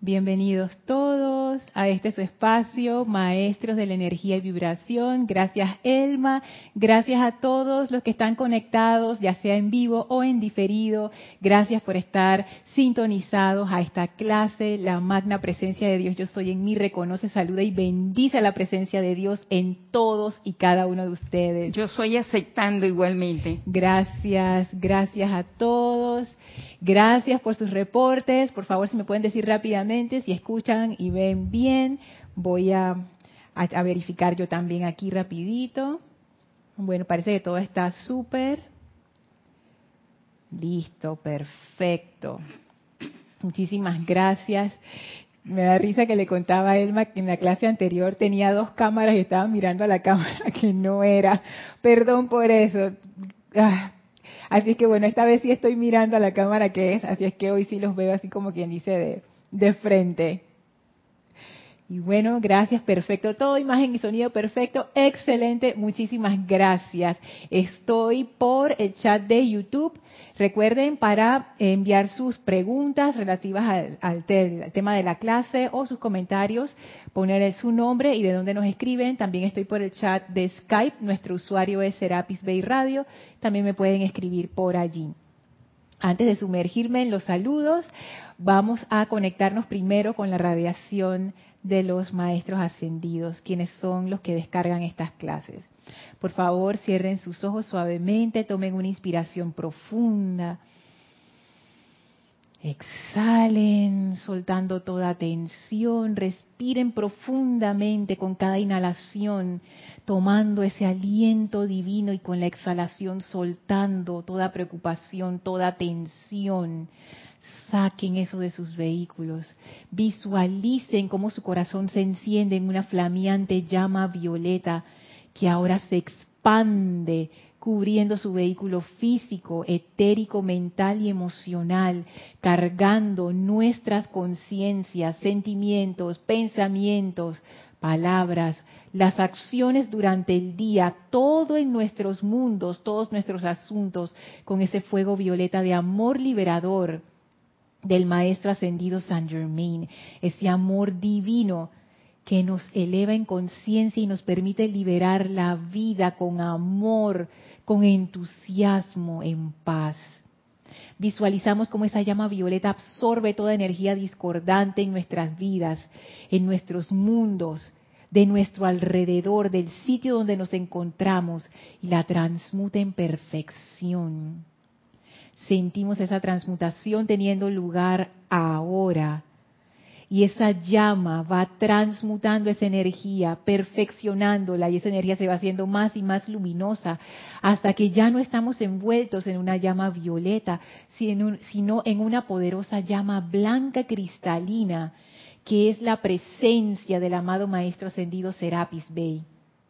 Bienvenidos todos a este su espacio, Maestros de la Energía y Vibración. Gracias, Elma. Gracias a todos los que están conectados, ya sea en vivo o en diferido. Gracias por estar sintonizados a esta clase. La magna presencia de Dios, yo soy en mí, reconoce, saluda y bendice a la presencia de Dios en todos y cada uno de ustedes. Yo soy aceptando igualmente. Gracias, gracias a todos. Gracias por sus reportes. Por favor, si me pueden decir rápidamente si escuchan y ven bien. Voy a verificar yo también aquí rapidito. Bueno, parece que todo está súper. Listo, perfecto. Muchísimas gracias. Me da risa que le contaba a Elma que en la clase anterior tenía 2 cámaras y estaba mirando a la cámara que no era. Perdón por eso. Así es que bueno, esta vez sí estoy mirando a la cámara que es, así es que hoy sí los veo así como quien dice de frente. Y bueno, gracias, perfecto. Todo, imagen y sonido perfecto, excelente, muchísimas gracias. Estoy por el chat de YouTube. Recuerden para enviar sus preguntas relativas al tema de la clase o sus comentarios, poner su nombre y de dónde nos escriben. También estoy por el chat de Skype, nuestro usuario es Serapis Bay Radio. También me pueden escribir por allí. Antes de sumergirme en los saludos, vamos a conectarnos primero con la radiación de los maestros ascendidos, quienes son los que descargan estas clases. Por favor, cierren sus ojos suavemente, tomen una inspiración profunda. Exhalen, soltando toda tensión, respiren profundamente con cada inhalación, tomando ese aliento divino y con la exhalación soltando toda preocupación, toda tensión. Saquen eso de sus vehículos. Visualicen cómo su corazón se enciende en una flameante llama violeta que ahora se expande, cubriendo su vehículo físico, etérico, mental y emocional, cargando nuestras conciencias, sentimientos, pensamientos, palabras, las acciones durante el día, todo en nuestros mundos, todos nuestros asuntos, con ese fuego violeta de amor liberador del Maestro Ascendido Saint Germain, ese amor divino que nos eleva en conciencia y nos permite liberar la vida con amor, con entusiasmo, en paz. Visualizamos cómo esa llama violeta absorbe toda energía discordante en nuestras vidas, en nuestros mundos, de nuestro alrededor, del sitio donde nos encontramos, y la transmuta en perfección. Sentimos esa transmutación teniendo lugar ahora. Y esa llama va transmutando esa energía, perfeccionándola, y esa energía se va haciendo más y más luminosa, hasta que ya no estamos envueltos en una llama violeta, sino en una poderosa llama blanca cristalina, que es la presencia del amado Maestro Ascendido Serapis Bey.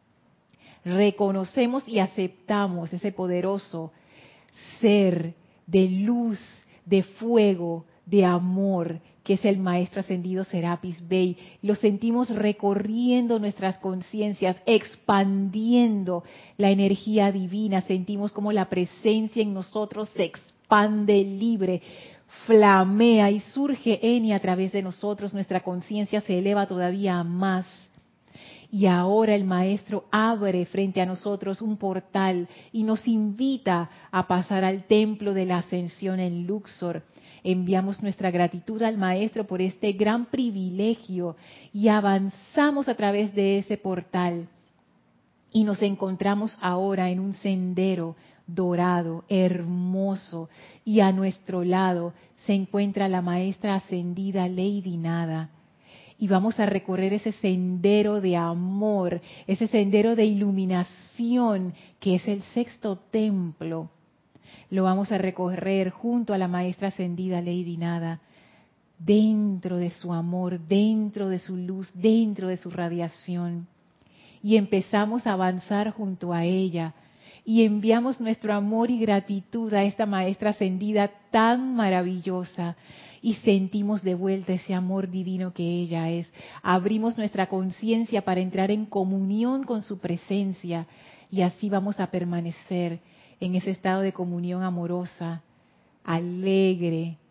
Reconocemos y aceptamos ese poderoso ser de luz, de fuego, de amor, que es el Maestro Ascendido Serapis Bey. Lo sentimos recorriendo nuestras conciencias, expandiendo la energía divina. Sentimos como la presencia en nosotros se expande libre, flamea y surge en y a través de nosotros. Nuestra conciencia se eleva todavía más. Y ahora el Maestro abre frente a nosotros un portal y nos invita a pasar al Templo de la Ascensión en Luxor. Enviamos nuestra gratitud al Maestro por este gran privilegio y avanzamos a través de ese portal. Y nos encontramos ahora en un sendero dorado, hermoso, y a nuestro lado se encuentra la Maestra Ascendida Lady Nada. Y vamos a recorrer ese sendero de amor, ese sendero de iluminación que es el 6º templo. Lo vamos a recorrer junto a la Maestra Ascendida Lady Nada, dentro de su amor, dentro de su luz, dentro de su radiación. Y empezamos a avanzar junto a ella y enviamos nuestro amor y gratitud a esta Maestra Ascendida tan maravillosa. Y sentimos de vuelta ese amor divino que ella es. Abrimos nuestra conciencia para entrar en comunión con su presencia y así vamos a permanecer en ese estado de comunión amorosa, alegre,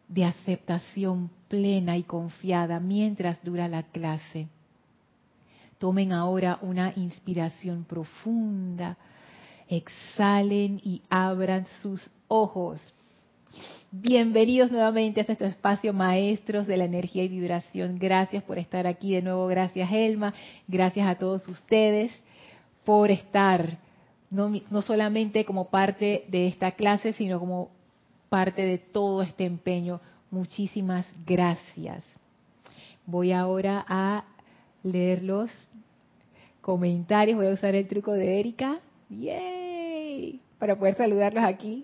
de aceptación plena y confiada mientras dura la clase. Tomen ahora una inspiración profunda, exhalen y abran sus ojos. Bienvenidos nuevamente a este espacio, maestros de la energía y vibración. Gracias por estar aquí de nuevo. Gracias, Elma. Gracias a todos ustedes por estar, no solamente como parte de esta clase, sino como parte de todo este empeño. Muchísimas gracias. Voy ahora a leer los comentarios. Voy a usar el truco de Erika. ¡Yay! Para poder saludarlos aquí.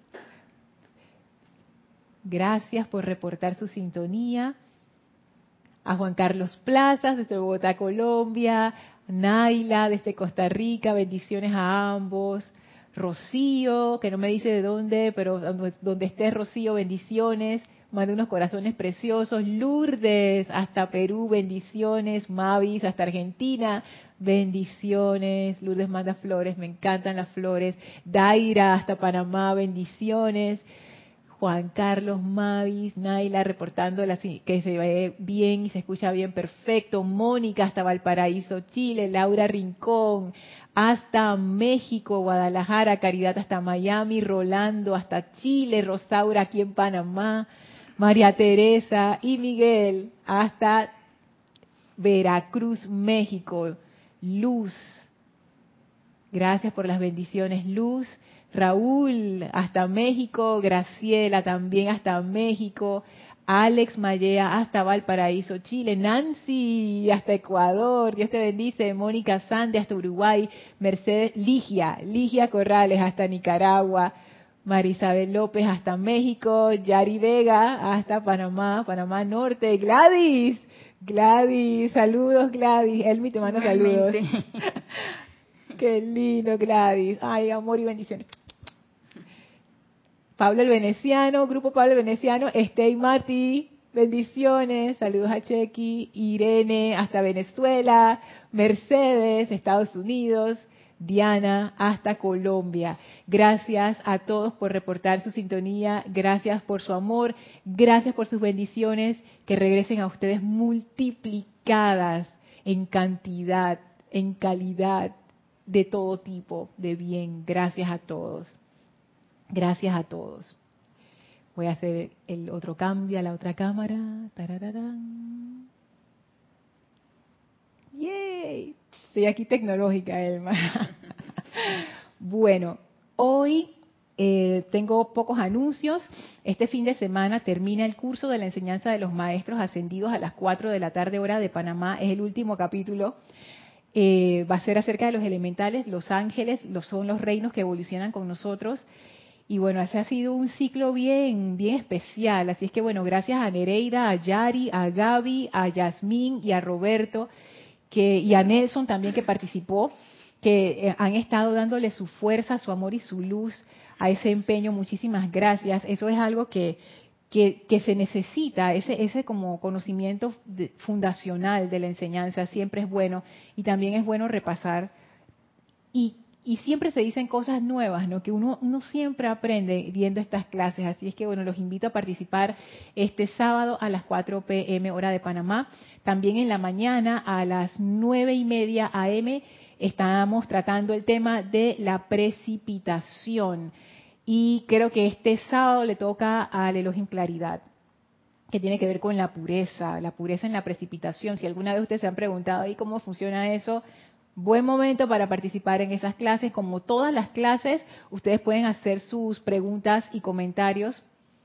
Gracias por reportar su sintonía. A Juan Carlos Plazas desde Bogotá, Colombia. Naila desde Costa Rica. Bendiciones a ambos. Rocío, que no me dice de dónde, pero donde esté Rocío, bendiciones. Manda unos corazones preciosos. Lourdes hasta Perú, bendiciones. Mavis hasta Argentina, bendiciones. Lourdes manda flores, me encantan las flores. Daira hasta Panamá, bendiciones. Juan Carlos, Mavis, Naila reportando que se ve bien y se escucha bien, perfecto. Mónica hasta Valparaíso, Chile. Laura Rincón hasta México, Guadalajara. Caridad hasta Miami. Rolando hasta Chile. Rosaura aquí en Panamá. María Teresa y Miguel hasta Veracruz, México. Luz, gracias por las bendiciones, Luz. Raúl hasta México. Graciela también hasta México. Alex Mallea hasta Valparaíso, Chile. Nancy hasta Ecuador, Dios te bendice. Mónica Sande hasta Uruguay. Mercedes Ligia Corrales hasta Nicaragua. Marisabel López hasta México. Yari Vega hasta Panamá, Panamá Norte. Gladys, saludos Gladys. Elmi te manda saludos. Qué lindo, Gladys. Ay, amor y bendiciones. Pablo el Veneciano, Grupo Pablo el Veneciano, Estey Mati, bendiciones, saludos a Chequi, Irene hasta Venezuela, Mercedes, Estados Unidos, Diana hasta Colombia. Gracias a todos por reportar su sintonía, gracias por su amor, gracias por sus bendiciones, que regresen a ustedes multiplicadas en cantidad, en calidad, de todo tipo de bien. Gracias a todos. Gracias a todos. Voy a hacer el otro cambio a la otra cámara. Tarararán. ¡Yay! Estoy aquí tecnológica, Elma. Bueno, hoy tengo pocos anuncios. Este fin de semana termina el curso de la enseñanza de los maestros ascendidos a las 4 de la tarde, hora de Panamá. Es el último capítulo. Va a ser acerca de los elementales, los ángeles, son los reinos que evolucionan con nosotros. Y bueno, ese ha sido un ciclo bien especial. Así es que bueno, gracias a Nereida, a Yari, a Gaby, a Yasmín y a Roberto, y a Nelson también, que participó, que han estado dándole su fuerza, su amor y su luz a ese empeño. Muchísimas gracias. Eso es algo que se necesita, ese como conocimiento fundacional de la enseñanza siempre es bueno, y también es bueno repasar, y siempre se dicen cosas nuevas, ¿no? Que uno siempre aprende viendo estas clases. Así es que bueno, los invito a participar este sábado a las 4 p.m. hora de Panamá. También en la mañana a las 9:30 a.m. estamos tratando el tema de la precipitación. Y creo que este sábado le toca al Elohim Claridad, que tiene que ver con la pureza en la precipitación. Si alguna vez ustedes se han preguntado ahí cómo funciona eso, buen momento para participar en esas clases. Como todas las clases, ustedes pueden hacer sus preguntas y comentarios.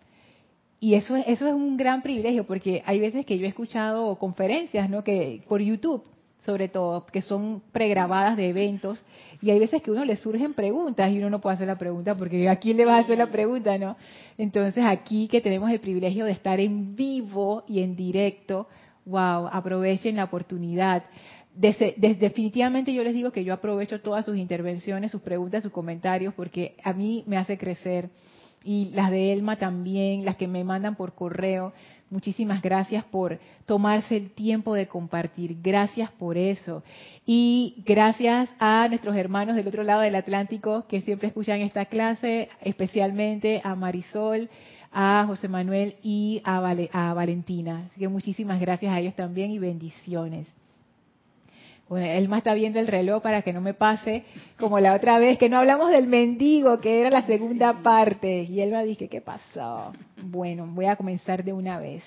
Y eso es un gran privilegio, porque hay veces que yo he escuchado conferencias, ¿no? Que por YouTube, sobre todo, que son pregrabadas de eventos, y hay veces que a uno le surgen preguntas y uno no puede hacer la pregunta porque ¿a quién le va a hacer la pregunta, no? Entonces aquí que tenemos el privilegio de estar en vivo y en directo, wow, aprovechen la oportunidad. Definitivamente yo les digo que yo aprovecho todas sus intervenciones, sus preguntas, sus comentarios, porque a mí me hace crecer. Y las de Elma también, las que me mandan por correo. Muchísimas gracias por tomarse el tiempo de compartir. Gracias por eso. Y gracias a nuestros hermanos del otro lado del Atlántico que siempre escuchan esta clase, especialmente a Marisol, a José Manuel y a Valentina. Así que muchísimas gracias a ellos también y bendiciones. Bueno, Elma está viendo el reloj para que no me pase como la otra vez que no hablamos del mendigo, que era la segunda parte. Y Elma dice, ¿qué pasó? Bueno, voy a comenzar de una vez.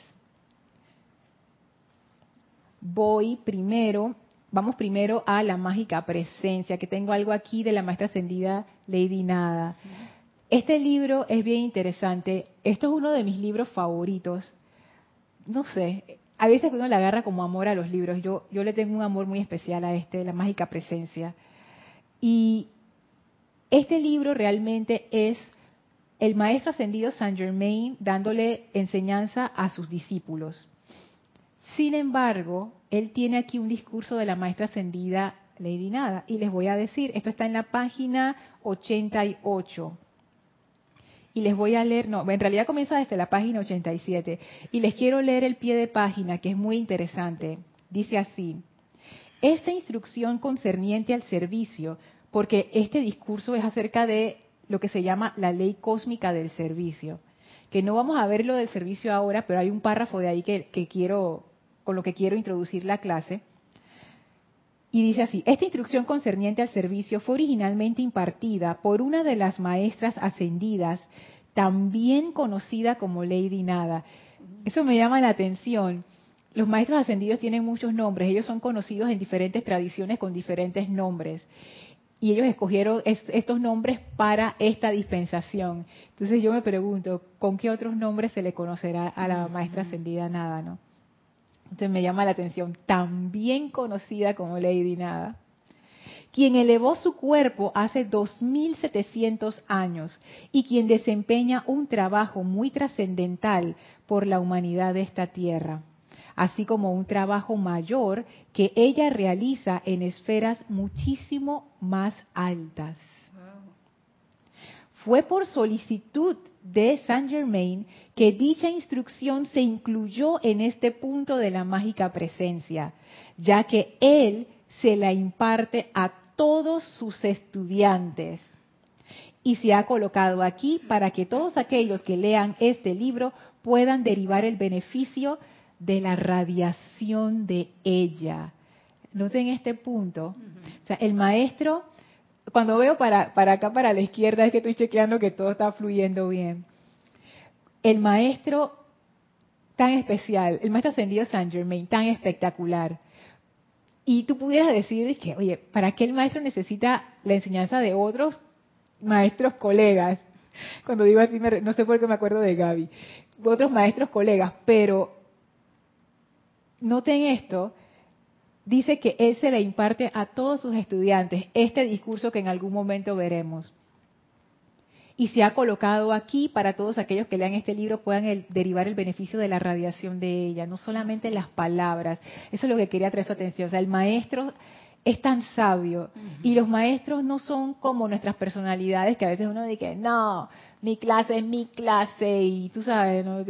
Vamos primero a la mágica presencia, que tengo algo aquí de la maestra ascendida Lady Nada. Este libro es bien interesante. Esto es uno de mis libros favoritos. No sé, a veces uno le agarra como amor a los libros. Yo le tengo un amor muy especial a la mágica presencia. Y este libro realmente es el maestro ascendido Saint Germain dándole enseñanza a sus discípulos. Sin embargo, él tiene aquí un discurso de la maestra ascendida Lady Nada. Y les voy a decir, esto está en la página 88. Y les voy a leer, no, en realidad comienza desde la página 87. Y les quiero leer el pie de página, que es muy interesante. Dice así: esta instrucción concerniente al servicio, porque este discurso es acerca de lo que se llama la ley cósmica del servicio, que no vamos a ver lo del servicio ahora, pero hay un párrafo de ahí con lo que quiero introducir la clase. Y dice así: esta instrucción concerniente al servicio fue originalmente impartida por una de las maestras ascendidas, también conocida como Lady Nada. Eso me llama la atención. Los maestros ascendidos tienen muchos nombres, ellos son conocidos en diferentes tradiciones con diferentes nombres. Y ellos escogieron estos nombres para esta dispensación. Entonces yo me pregunto, ¿con qué otros nombres se le conocerá a la maestra ascendida Nada, no? Entonces me llama la atención, también conocida como Lady Nada, quien elevó su cuerpo hace 2700 años y quien desempeña un trabajo muy trascendental por la humanidad de esta tierra, así como un trabajo mayor que ella realiza en esferas muchísimo más altas. Fue por solicitud de Saint Germain que dicha instrucción se incluyó en este punto de la mágica presencia, ya que él se la imparte a todos sus estudiantes y se ha colocado aquí para que todos aquellos que lean este libro puedan derivar el beneficio de la radiación de ella. Noten este punto. O sea, el maestro, cuando veo para acá, para la izquierda, es que estoy chequeando que todo está fluyendo bien. El maestro tan especial, el maestro ascendido Saint Germain, tan espectacular. Y tú pudieras decir que, oye, ¿para qué el maestro necesita la enseñanza de otros maestros colegas? Cuando digo así, no sé por qué me acuerdo de Gaby. Otros maestros colegas, pero noten esto. Dice que él se le imparte a todos sus estudiantes este discurso que en algún momento veremos. Y se ha colocado aquí para todos aquellos que lean este libro puedan derivar el beneficio de la radiación de ella, no solamente las palabras. Eso es lo que quería traer su atención. O sea, el maestro es tan sabio y los maestros no son como nuestras personalidades, que a veces uno dice, no, mi clase es mi clase y tú sabes, ¿no?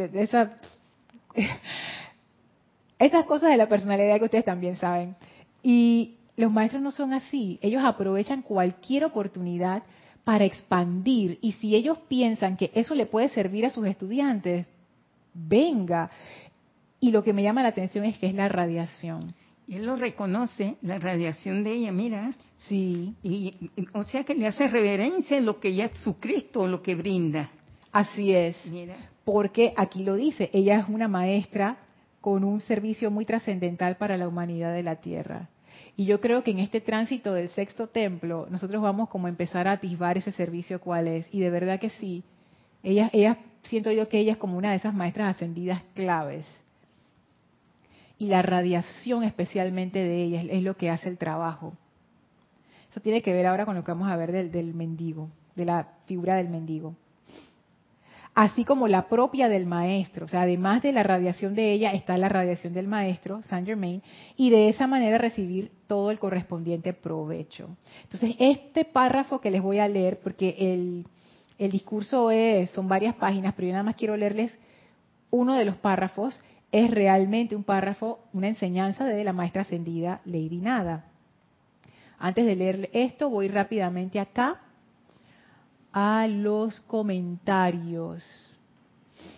Esas cosas de la personalidad que ustedes también saben. Y los maestros no son así. Ellos aprovechan cualquier oportunidad para expandir. Y si ellos piensan que eso le puede servir a sus estudiantes, venga. Y lo que me llama la atención es que es la radiación. Y él lo reconoce, la radiación de ella, mira. Sí. O sea que le hace reverencia a lo que ya su Cristo, lo que brinda. Así es. Mira. Porque aquí lo dice, ella es una maestra con un servicio muy trascendental para la humanidad de la Tierra. Y yo creo que en este tránsito del sexto templo, nosotros vamos como a empezar a atisbar ese servicio cuál es. Y de verdad que sí, ella, siento yo que ella es como una de esas maestras ascendidas claves. Y la radiación especialmente de ella es lo que hace el trabajo. Eso tiene que ver ahora con lo que vamos a ver del mendigo, de la figura del mendigo. Así como la propia del maestro, o sea, además de la radiación de ella, está la radiación del maestro, Saint Germain, y de esa manera recibir todo el correspondiente provecho. Entonces, este párrafo que les voy a leer, porque el discurso son varias páginas, pero yo nada más quiero leerles uno de los párrafos, es realmente un párrafo, una enseñanza de la maestra ascendida Lady Nada. Antes de leer esto, voy rápidamente acá a los comentarios.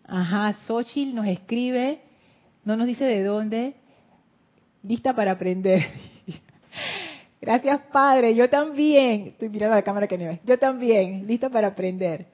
Ajá, Xochitl nos escribe, no nos dice de dónde, lista para aprender. Gracias, Padre, yo también. Estoy mirando a la cámara que no ve. Yo también, lista para aprender.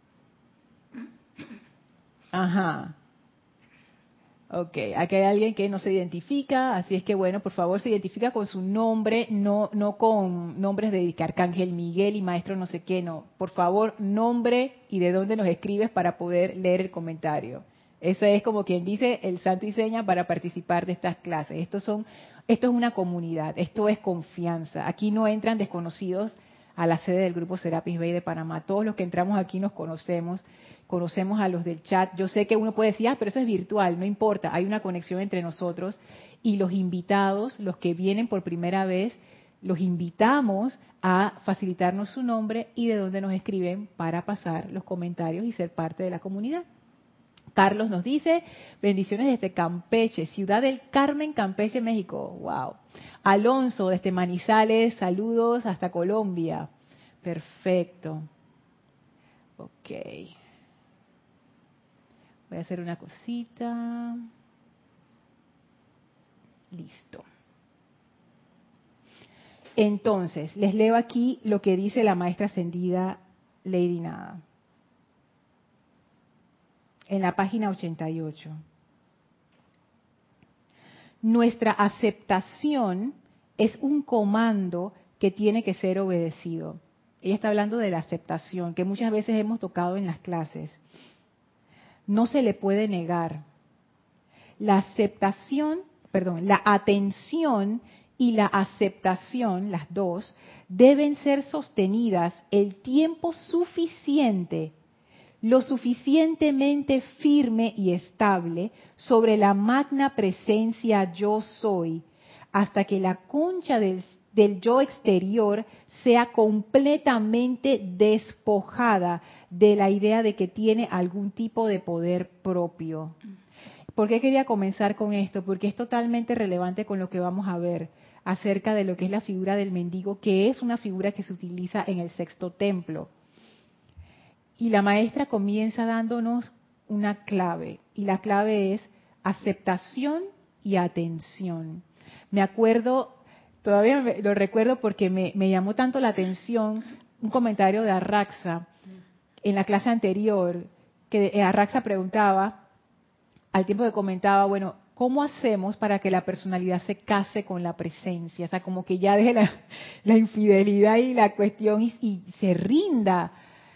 Ajá. Ok, aquí hay alguien que no se identifica, así es que bueno, por favor se identifica con su nombre, no con nombres de Arcángel Miguel y Maestro no sé qué, no. Por favor, nombre y de dónde nos escribes para poder leer el comentario. Ese es como quien dice el santo y seña para participar de estas clases. Esto es una comunidad, esto es confianza. Aquí no entran desconocidos a la sede del Grupo Serapis Bay de Panamá. Todos los que entramos aquí nos conocemos a los del chat. Yo sé que uno puede decir, pero eso es virtual, no importa, hay una conexión entre nosotros y los invitados, los que vienen por primera vez, los invitamos a facilitarnos su nombre y de dónde nos escriben para pasar los comentarios y ser parte de la comunidad. Carlos nos dice, bendiciones desde Campeche, Ciudad del Carmen, Campeche, México. Wow. Alonso desde Manizales, saludos hasta Colombia. Perfecto. Ok. Voy a hacer una cosita. Listo. Entonces, les leo aquí lo que dice la maestra ascendida Lady Nada. En la página 88. Nuestra aceptación es un comando que tiene que ser obedecido. Ella está hablando de la aceptación, que muchas veces hemos tocado en las clases. No se le puede negar. La atención y la aceptación, las dos, deben ser sostenidas el tiempo suficiente, lo suficientemente firme y estable sobre la magna presencia yo soy, hasta que la concha del yo exterior sea completamente despojada de la idea de que tiene algún tipo de poder propio. ¿Por qué quería comenzar con esto? Porque es totalmente relevante con lo que vamos a ver acerca de lo que es la figura del mendigo, que es una figura que se utiliza en el sexto templo. Y la maestra comienza dándonos una clave, y la clave es aceptación y atención. Me acuerdo, todavía lo recuerdo porque me llamó tanto la atención un comentario de Arraxa en la clase anterior, que Arraxa preguntaba, al tiempo que comentaba, bueno, ¿cómo hacemos para que la personalidad se case con la presencia? O sea, como que ya deje la infidelidad y la cuestión y se rinda.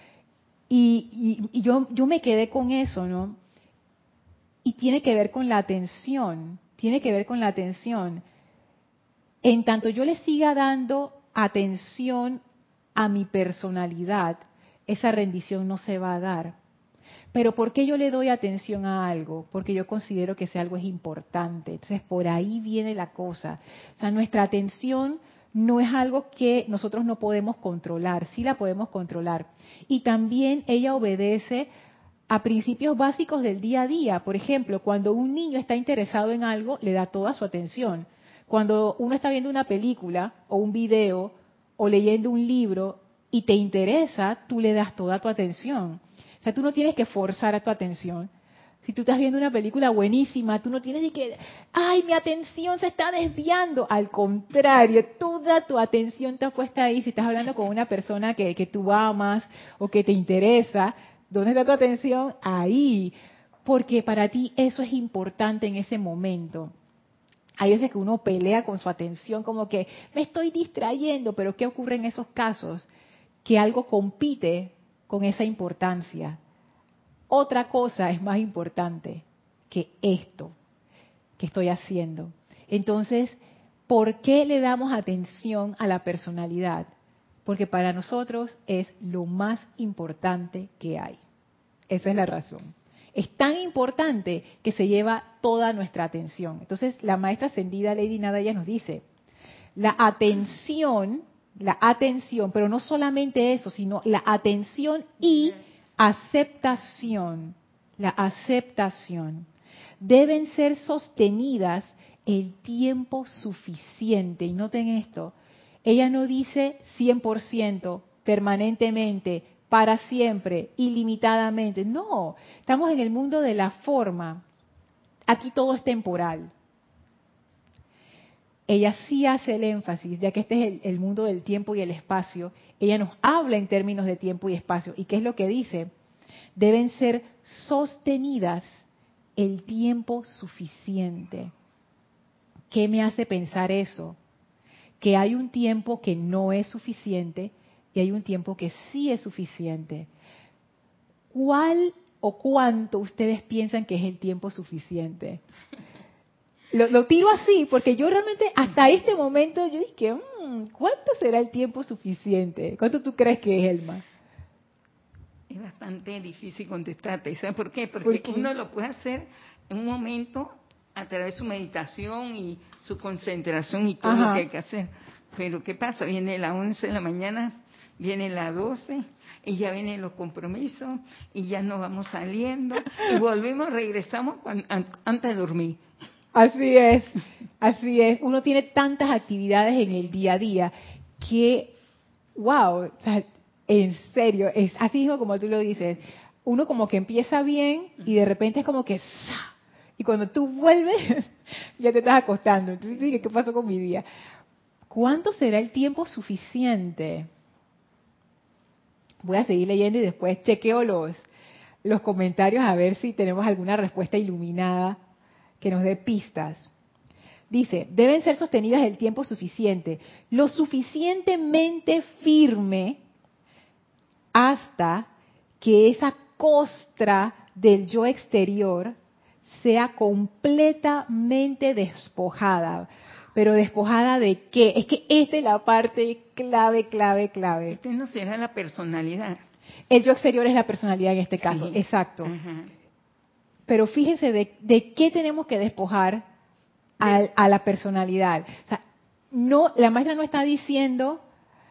Y yo me quedé con eso, ¿no? Y tiene que ver con la atención, tiene que ver con la atención. En tanto yo le siga dando atención a mi personalidad, esa rendición no se va a dar. Pero ¿por qué yo le doy atención a algo? Porque yo considero que ese algo es importante. Entonces, por ahí viene la cosa. O sea, nuestra atención no es algo que nosotros no podemos controlar, sí la podemos controlar. Y también ella obedece a principios básicos del día a día. Por ejemplo, cuando un niño está interesado en algo, le da toda su atención. Cuando uno está viendo una película o un video o leyendo un libro y te interesa, tú le das toda tu atención. O sea, tú no tienes que forzar a tu atención. Si tú estás viendo una película buenísima, tú no tienes que, ay, mi atención se está desviando. Al contrario, toda tu atención está puesta ahí. Si estás hablando con una persona que tú amas o que te interesa, ¿dónde está tu atención? Ahí. Porque para ti eso es importante en ese momento. Hay veces que uno pelea con su atención como que me estoy distrayendo, pero ¿qué ocurre en esos casos? Que algo compite con esa importancia. Otra cosa es más importante que esto que estoy haciendo. Entonces, ¿por qué le damos atención a la personalidad? Porque para nosotros es lo más importante que hay. Esa es la razón. Es tan importante que se lleva toda nuestra atención. Entonces, la maestra ascendida Lady Nada ella nos dice, la atención, pero no solamente eso, sino la atención y aceptación, la aceptación, deben ser sostenidas el tiempo suficiente. Y noten esto, ella no dice 100%, permanentemente, para siempre, ilimitadamente. No, estamos en el mundo de la forma. Aquí todo es temporal. Ella sí hace el énfasis, ya que este es el mundo del tiempo y el espacio. Ella nos habla en términos de tiempo y espacio. ¿Y qué es lo que dice? Deben ser sostenidas el tiempo suficiente. ¿Qué me hace pensar eso? Que hay un tiempo que no es suficiente y hay un tiempo que sí es suficiente. ¿Cuál o cuánto ustedes piensan que es el tiempo suficiente? Lo tiro así, porque yo realmente hasta este momento yo dije, ¿cuánto será el tiempo suficiente? ¿Cuánto tú crees que es, Elma? Es bastante difícil contestarte. ¿Sabes por qué? Porque ¿Por qué? uno lo puede hacer en un momento a través de su meditación y su concentración y todo lo que hay que hacer. Pero ¿qué pasa? Viene las 11 de la mañana, viene las 12 y ya vienen los compromisos y ya nos vamos saliendo y volvemos, regresamos antes de dormir. Así es, así es. Uno tiene tantas actividades en el día a día que, wow, o sea, en serio, es así mismo como tú lo dices. Uno como que empieza bien y de repente es como que ¡za! Y cuando tú vuelves ya te estás acostando. Entonces dije, ¿qué pasó con mi día? ¿Cuánto será el tiempo suficiente? Voy a seguir leyendo y después chequeo los comentarios a ver si tenemos alguna respuesta iluminada que nos dé pistas. Dice, deben ser sostenidas el tiempo suficiente, lo suficientemente firme hasta que esa costra del yo exterior sea completamente despojada. Pero despojada de qué? Es que esta es la parte clave. Este no será la personalidad. El yo exterior es la personalidad en este caso, Sí. exacto. Ajá. Pero fíjense de qué tenemos que despojar a la personalidad. O sea, no, la maestra no está diciendo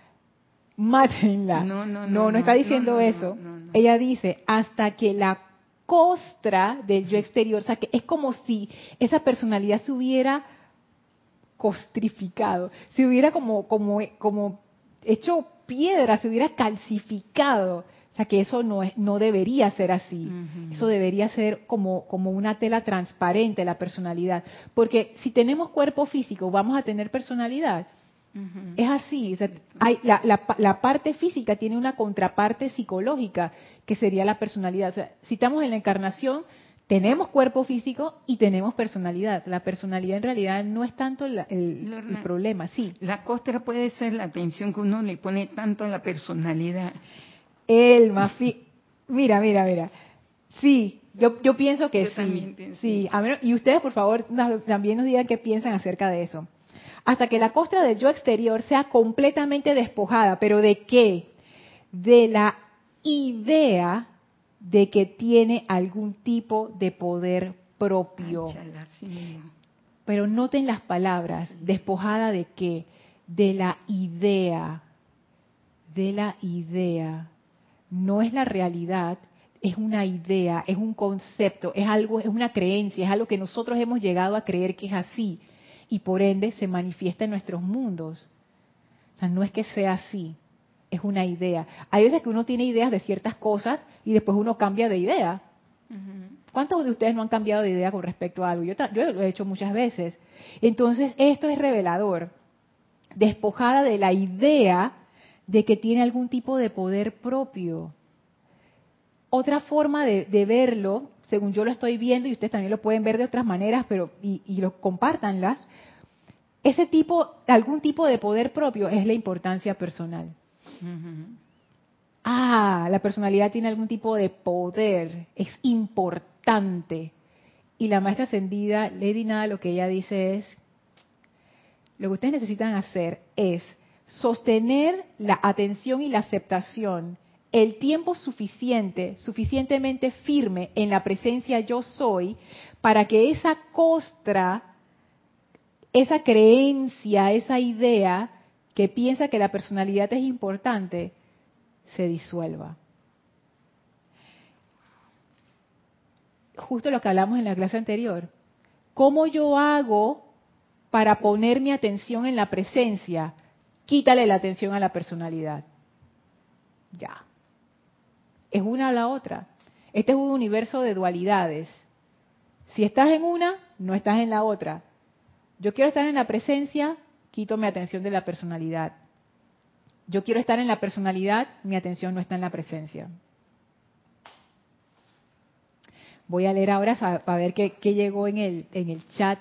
mátenla. No está diciendo eso. No. Ella dice hasta que la costra del yo exterior, o sea, que es como si esa personalidad se hubiera costrificado, se hubiera como hecho piedra, se hubiera calcificado. O sea, que eso no debería ser así. Eso debería ser como una tela transparente, la personalidad. Porque si tenemos cuerpo físico, ¿vamos a tener personalidad? Es así. O sea, la parte física tiene una contraparte psicológica, que sería la personalidad. O sea, si estamos en la encarnación, tenemos cuerpo físico y tenemos personalidad. La personalidad en realidad no es tanto el problema, sí. La costra puede ser la atención que uno le pone tanto a la personalidad. Elma, mira. Sí, yo pienso que yo sí. También pienso. Sí, y ustedes por favor también nos digan qué piensan acerca de eso. Hasta que la costra del yo exterior sea completamente despojada, ¿pero de qué? De la idea de que tiene algún tipo de poder propio. Chala, sí. Pero noten las palabras, despojada de qué? De la idea. De la idea. No es la realidad, es una idea, es un concepto, es algo, es una creencia, es algo que nosotros hemos llegado a creer que es así y por ende se manifiesta en nuestros mundos. O sea, no es que sea así, es una idea. Hay veces que uno tiene ideas de ciertas cosas y después uno cambia de idea. ¿Cuántos de ustedes no han cambiado de idea con respecto a algo? Yo lo he hecho muchas veces. Entonces, esto es revelador. Despojada de la idea de que tiene algún tipo de poder propio. Otra forma de verlo, según yo lo estoy viendo, y ustedes también lo pueden ver de otras maneras, pero y lo compártanlas, algún tipo de poder propio es la importancia personal. La personalidad tiene algún tipo de poder, es importante. Y la maestra ascendida, Lady Nada, lo que ella dice es, lo que ustedes necesitan hacer es sostener la atención y la aceptación el tiempo suficientemente firme en la presencia yo soy, para que esa costra, esa creencia, esa idea que piensa que la personalidad es importante, se disuelva. Justo lo que hablamos en la clase anterior. ¿Cómo yo hago para poner mi atención en la presencia? Quítale la atención a la personalidad. Ya. es una o la otra. Este es un universo de dualidades. Si estás en una, no estás en la otra. Yo quiero estar en la presencia, quito mi atención de la personalidad. Yo quiero estar en la personalidad, mi atención no está en la presencia. Voy a leer ahora para ver qué llegó en el chat.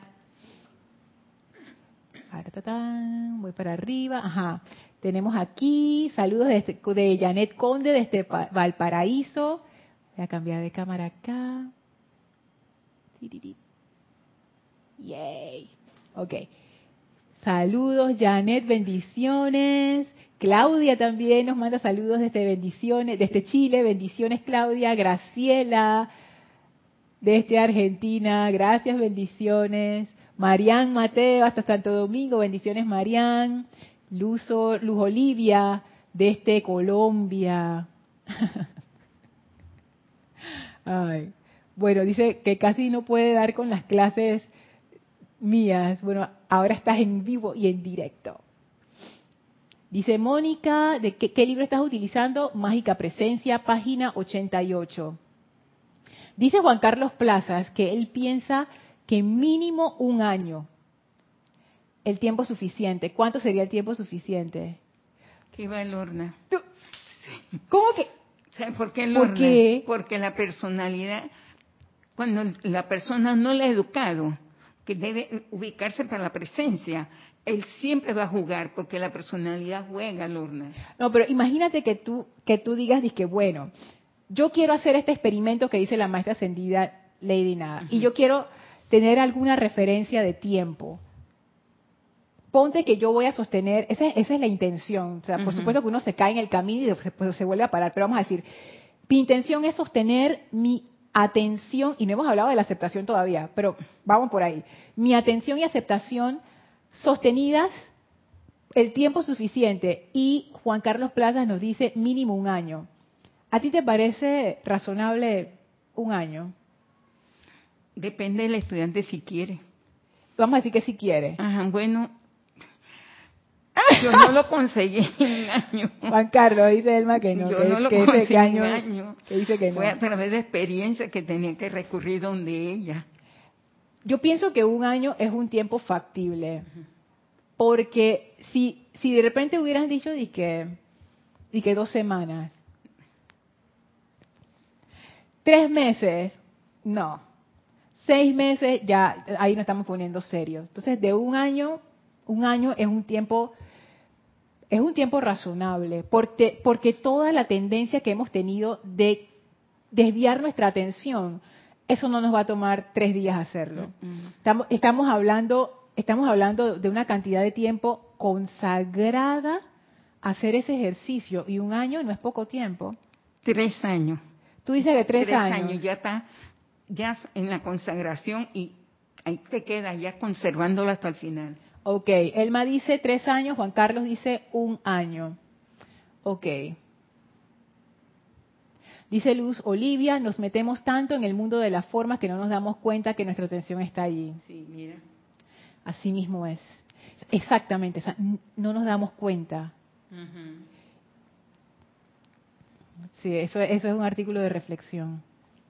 Voy para arriba. Ajá. Tenemos aquí saludos de Janet Conde desde Valparaíso. Voy a cambiar de cámara acá. Yay. Ok. Saludos, Janet, bendiciones. Claudia también nos manda saludos desde Chile, bendiciones Claudia. Graciela, desde Argentina, gracias, bendiciones. Marian Mateo, hasta Santo Domingo, bendiciones Marian. Luz Olivia, desde Colombia. Ay. Bueno, dice que casi no puede dar con las clases mías. Bueno, ahora estás en vivo y en directo. Dice Mónica, ¿de qué libro estás utilizando? Mágica Presencia, página 88. Dice Juan Carlos Plazas que él piensa que mínimo un año, el tiempo suficiente. ¿Cuánto sería el tiempo suficiente? ¿Qué va Lorna? ¿Cómo que? ¿Sabes por qué Lorna? ¿Por qué? Porque la personalidad, cuando la persona no la ha educado, que debe ubicarse para la presencia, él siempre va a jugar, porque la personalidad juega, Lorna. No, pero imagínate que tú digas, que bueno, yo quiero hacer este experimento que dice la maestra ascendida Lady Nada, y yo quiero tener alguna referencia de tiempo. Ponte que yo voy a sostener, esa es la intención, o sea, por supuesto que uno se cae en el camino y después se vuelve a parar, pero vamos a decir, mi intención es sostener mi atención, y no hemos hablado de la aceptación todavía, pero vamos por ahí, mi atención y aceptación sostenidas el tiempo suficiente, y Juan Carlos Plazas nos dice mínimo un año. ¿A ti te parece razonable un año? Depende del estudiante si quiere. Vamos a decir que si quiere. Ajá, bueno, yo no lo conseguí en un año. Juan Carlos, dice Elma que no. Yo que, no lo que conseguí en en un año. Que dice que Fue no. a través de experiencia que tenía que recurrir donde ella. Yo pienso que un año es un tiempo factible. Porque si de repente hubieran dicho que 2 semanas, 3 meses, no. 6 meses, ya ahí nos estamos poniendo serios. Entonces, de un año es un tiempo razonable, porque toda la tendencia que hemos tenido de desviar nuestra atención, eso no nos va a tomar 3 días hacerlo. Estamos hablando de una cantidad de tiempo consagrada a hacer ese ejercicio, y un año no es poco tiempo. 3 años. Tú dices que 3 años. 3 años, ya está, ya en la consagración, y ahí te quedas ya conservándolo hasta el final. Ok, Elma dice 3 años, Juan Carlos dice 1 año. Ok. Dice Luz Olivia, nos metemos tanto en el mundo de las formas que no nos damos cuenta que nuestra atención está allí. Sí, mira. Así mismo es. Exactamente, o sea, no nos damos cuenta. Sí, eso es un artículo de reflexión.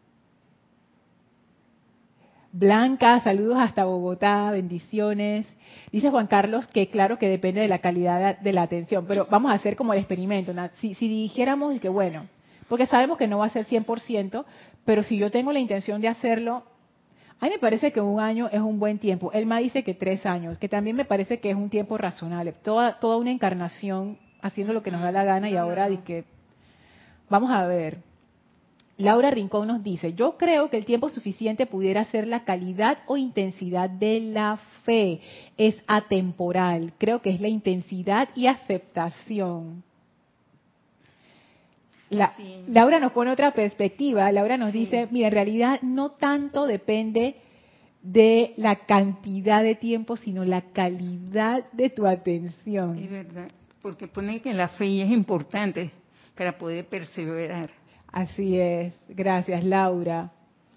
Blanca, saludos hasta Bogotá, bendiciones. Dice Juan Carlos que claro que depende de la calidad de la atención, pero vamos a hacer como el experimento, ¿no? Si dijéramos que bueno, porque sabemos que no va a ser 100%, pero si yo tengo la intención de hacerlo, a mí me parece que 1 año es un buen tiempo. Elma dice que 3 años, que también me parece que es un tiempo razonable. Toda una encarnación haciendo lo que nos da la gana, y ahora vamos a ver. Laura Rincón nos dice, yo creo que el tiempo suficiente pudiera ser la calidad o intensidad de la fe. Es atemporal. Creo que es la intensidad y aceptación. Laura nos pone otra perspectiva. Laura nos dice, mira, en realidad no tanto depende de la cantidad de tiempo, sino la calidad de tu atención. Es verdad, porque pone que la fe es importante para poder perseverar. Así es. Gracias, Laura.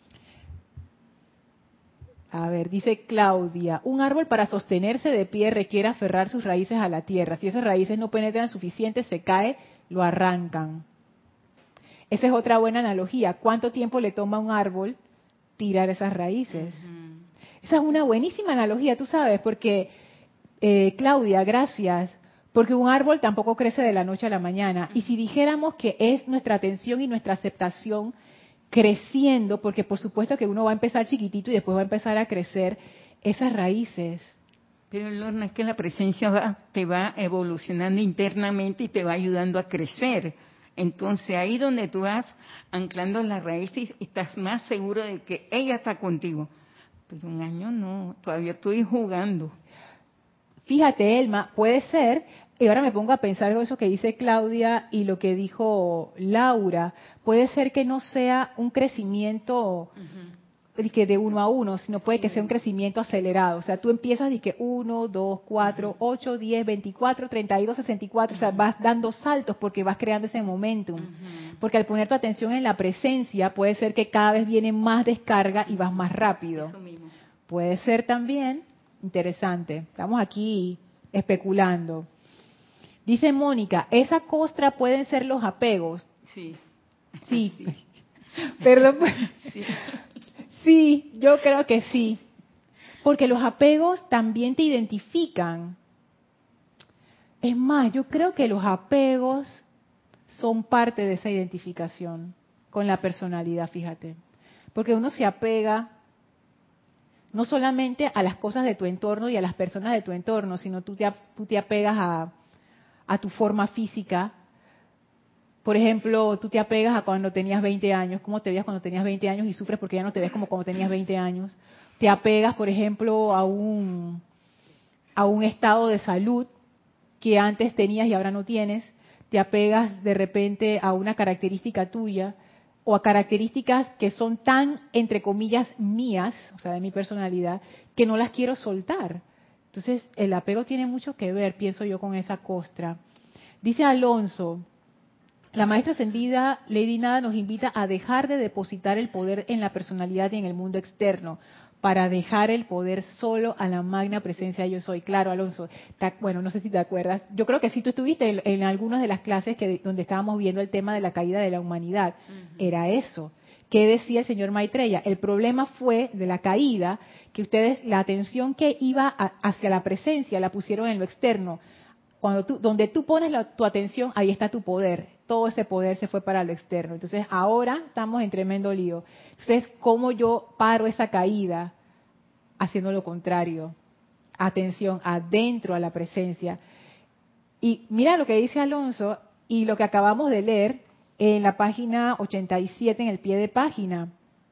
A ver, dice Claudia, un árbol para sostenerse de pie requiere aferrar sus raíces a la tierra. Si esas raíces no penetran suficiente, se cae, lo arrancan. Esa es otra buena analogía. ¿Cuánto tiempo le toma a un árbol tirar esas raíces? Esa es una buenísima analogía, tú sabes, porque, Claudia, gracias, porque un árbol tampoco crece de la noche a la mañana. Y si dijéramos que es nuestra atención y nuestra aceptación creciendo, porque por supuesto que uno va a empezar chiquitito y después va a empezar a crecer esas raíces. Pero Lorna, es que la presencia te va evolucionando internamente y te va ayudando a crecer. Entonces ahí donde tú vas anclando las raíces, estás más seguro de que ella está contigo. Pero un año no, todavía estoy jugando. Fíjate, Elma, puede ser, y ahora me pongo a pensar en eso que dice Claudia y lo que dijo Laura, puede ser que no sea un crecimiento que de 1 a 1, sino puede que sea un crecimiento acelerado. O sea, tú empiezas y que 1, 2, 4, 8, 10, 24, 32, 64, o sea, vas dando saltos porque vas creando ese momentum. Porque al poner tu atención en la presencia, puede ser que cada vez viene más descarga y vas más rápido. Eso mismo. Puede ser también interesante. Estamos aquí especulando. Dice Mónica, esa costra pueden ser los apegos. Sí. Sí. Sí. Perdón. Sí. Sí, yo creo que sí. Porque los apegos también te identifican. Es más, yo creo que los apegos son parte de esa identificación con la personalidad, fíjate. Porque uno se apega no solamente a las cosas de tu entorno y a las personas de tu entorno, sino tú te apegas a tu forma física. Por ejemplo, tú te apegas a cuando tenías 20 años, cómo te veías cuando tenías 20 años y sufres porque ya no te ves como cuando tenías 20 años. Te apegas, por ejemplo, a un estado de salud que antes tenías y ahora no tienes. Te apegas de repente a una característica tuya o a características que son tan, entre comillas, mías, o sea, de mi personalidad, que no las quiero soltar. Entonces, el apego tiene mucho que ver, pienso yo, con esa costra. Dice Alonso, la maestra ascendida Lady Nada nos invita a dejar de depositar el poder en la personalidad y en el mundo externo, para dejar el poder solo a la magna presencia yo soy. Claro, Alonso, bueno, no sé si te acuerdas, yo creo que sí tú estuviste en algunas de las clases donde estábamos viendo el tema de la caída de la humanidad. Era eso. ¿Qué decía el señor Maitreya? El problema fue de la caída, que ustedes la atención que iba hacia la presencia la pusieron en lo externo. Donde tú pones tu atención, ahí está tu poder. Todo ese poder se fue para lo externo. Entonces, ahora estamos en tremendo lío. Entonces, ¿cómo yo paro esa caída? Haciendo lo contrario. Atención, adentro a la presencia. Y mira lo que dice Alonso y lo que acabamos de leer en la página 87, en el pie de página,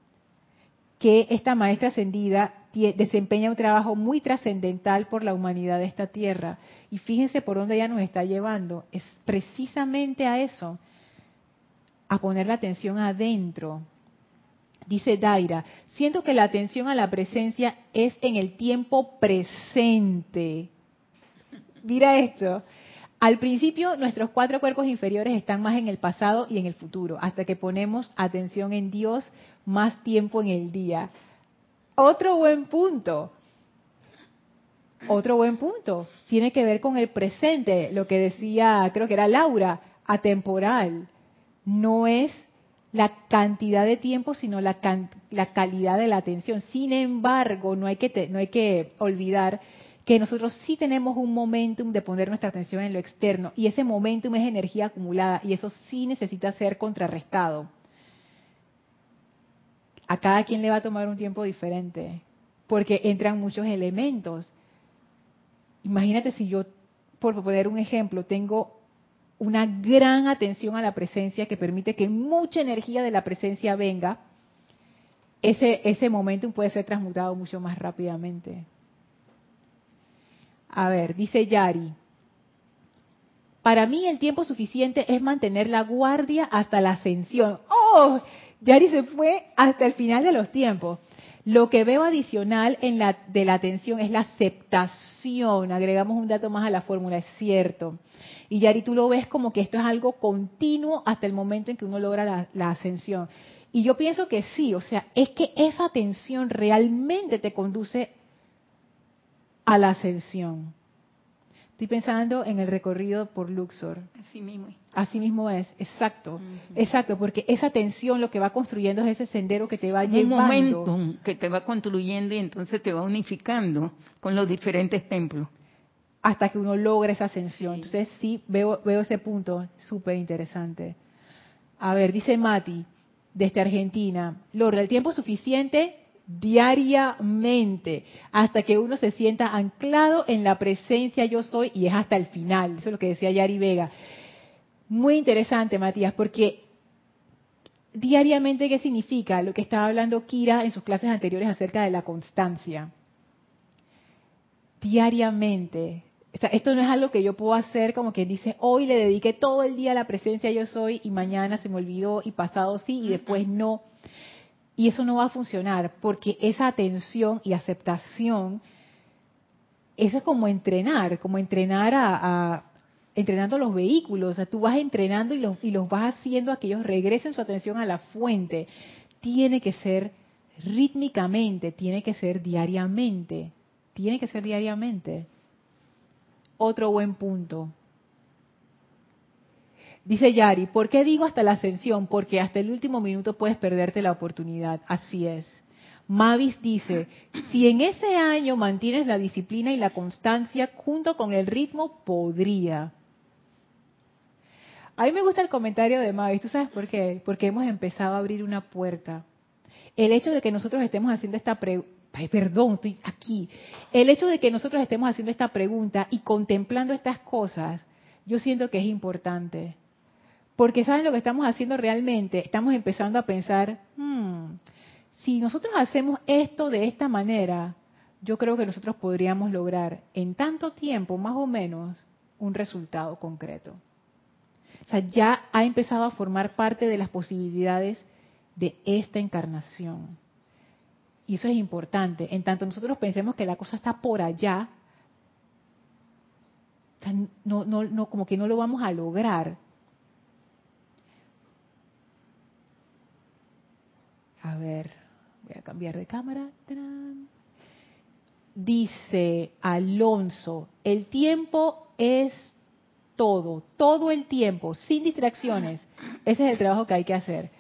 que esta maestra ascendida desempeña un trabajo muy trascendental por la humanidad de esta tierra. Y fíjense por dónde ella nos está llevando. Es precisamente a eso, a poner la atención adentro. Dice Daira, siento que la atención a la presencia es en el tiempo presente. Mira esto. Al principio, nuestros 4 cuerpos inferiores están más en el pasado y en el futuro, hasta que ponemos atención en Dios más tiempo en el día. Otro buen punto. Otro buen punto. Tiene que ver con el presente, lo que decía, creo que era Laura, atemporal. No es la cantidad de tiempo, sino la calidad de la atención. Sin embargo, no hay que olvidar que nosotros sí tenemos un momentum de poner nuestra atención en lo externo, y ese momentum es energía acumulada, y eso sí necesita ser contrarrestado. A cada quien le va a tomar un tiempo diferente, porque entran muchos elementos. Imagínate si yo, por poner un ejemplo, tengo una gran atención a la presencia que permite que mucha energía de la presencia venga, ese momentum puede ser transmutado mucho más rápidamente. A ver, dice Yari, para mí el tiempo suficiente es mantener la guardia hasta la ascensión. ¡Oh! Yari se fue hasta el final de los tiempos. Lo que veo adicional de la atención es la aceptación. Agregamos un dato más a la fórmula, es cierto. Y Yari, tú lo ves como que esto es algo continuo hasta el momento en que uno logra la ascensión. Y yo pienso que sí, o sea, es que esa atención realmente te conduce a la ascensión. Estoy pensando en el recorrido por Luxor. Así mismo es. Así mismo es, exacto, exacto, porque esa tensión lo que va construyendo es ese sendero que te va llevando. Un momento que te va construyendo y entonces te va unificando con los diferentes templos. Hasta que uno logra esa ascensión. Entonces sí, veo ese punto súper interesante. A ver, dice Mati, desde Argentina, logra el tiempo suficiente diariamente, hasta que uno se sienta anclado en la presencia yo soy, y es hasta el final. Eso es lo que decía Yari Vega. Muy interesante, Matías, porque diariamente, ¿qué significa? Lo que estaba hablando Kira en sus clases anteriores acerca de la constancia. Diariamente. O sea, esto no es algo que yo puedo hacer como quien dice, hoy le dediqué todo el día a la presencia yo soy y mañana se me olvidó y pasado sí y después no. Y eso no va a funcionar porque esa atención y aceptación, eso es como entrenar entrenando los vehículos. O sea, tú vas entrenando y los vas haciendo a que ellos regresen su atención a la fuente. Tiene que ser rítmicamente, tiene que ser diariamente. Tiene que ser diariamente. Otro buen punto. Dice Yari, ¿por qué digo hasta la ascensión? Porque hasta el último minuto puedes perderte la oportunidad. Así es. Mavis dice, si en ese año mantienes la disciplina y la constancia junto con el ritmo, podría. A mí me gusta el comentario de Mavis, ¿tú sabes por qué? Porque hemos empezado a abrir una puerta. El hecho de que nosotros estemos haciendo esta pregunta, estoy aquí. El hecho de que nosotros estemos haciendo esta pregunta y contemplando estas cosas, yo siento que es importante. Porque ¿saben lo que estamos haciendo realmente? Estamos empezando a pensar, si nosotros hacemos esto de esta manera, yo creo que nosotros podríamos lograr en tanto tiempo, más o menos, un resultado concreto. O sea, ya ha empezado a formar parte de las posibilidades de esta encarnación. Y eso es importante. En tanto nosotros pensemos que la cosa está por allá, o sea, no, como que no lo vamos a lograr. A ver, voy a cambiar de cámara. ¡Tarán! Dice Alonso, el tiempo es todo, todo el tiempo, sin distracciones. Ese es el trabajo que hay que hacer.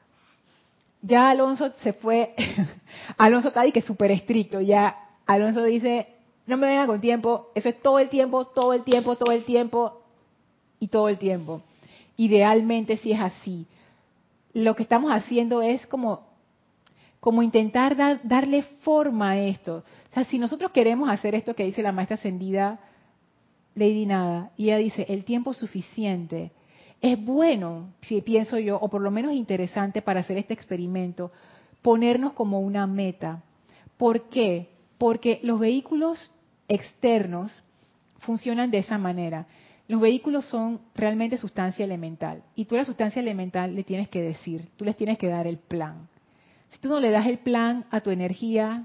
Ya Alonso se fue, Alonso está ahí que es súper estricto, ya Alonso dice, no me venga con tiempo, eso es todo el tiempo, todo el tiempo, todo el tiempo y todo el tiempo. Idealmente sí es así. Lo que estamos haciendo es como intentar darle forma a esto. O sea, si nosotros queremos hacer esto que dice la maestra ascendida Lady Nada, y ella dice, el tiempo suficiente, es bueno, si pienso yo, o por lo menos interesante para hacer este experimento, ponernos como una meta. ¿Por qué? Porque los vehículos externos funcionan de esa manera. Los vehículos son realmente sustancia elemental, y tú a la sustancia elemental le tienes que decir, tú les tienes que dar el plan. Si tú no le das el plan a tu energía,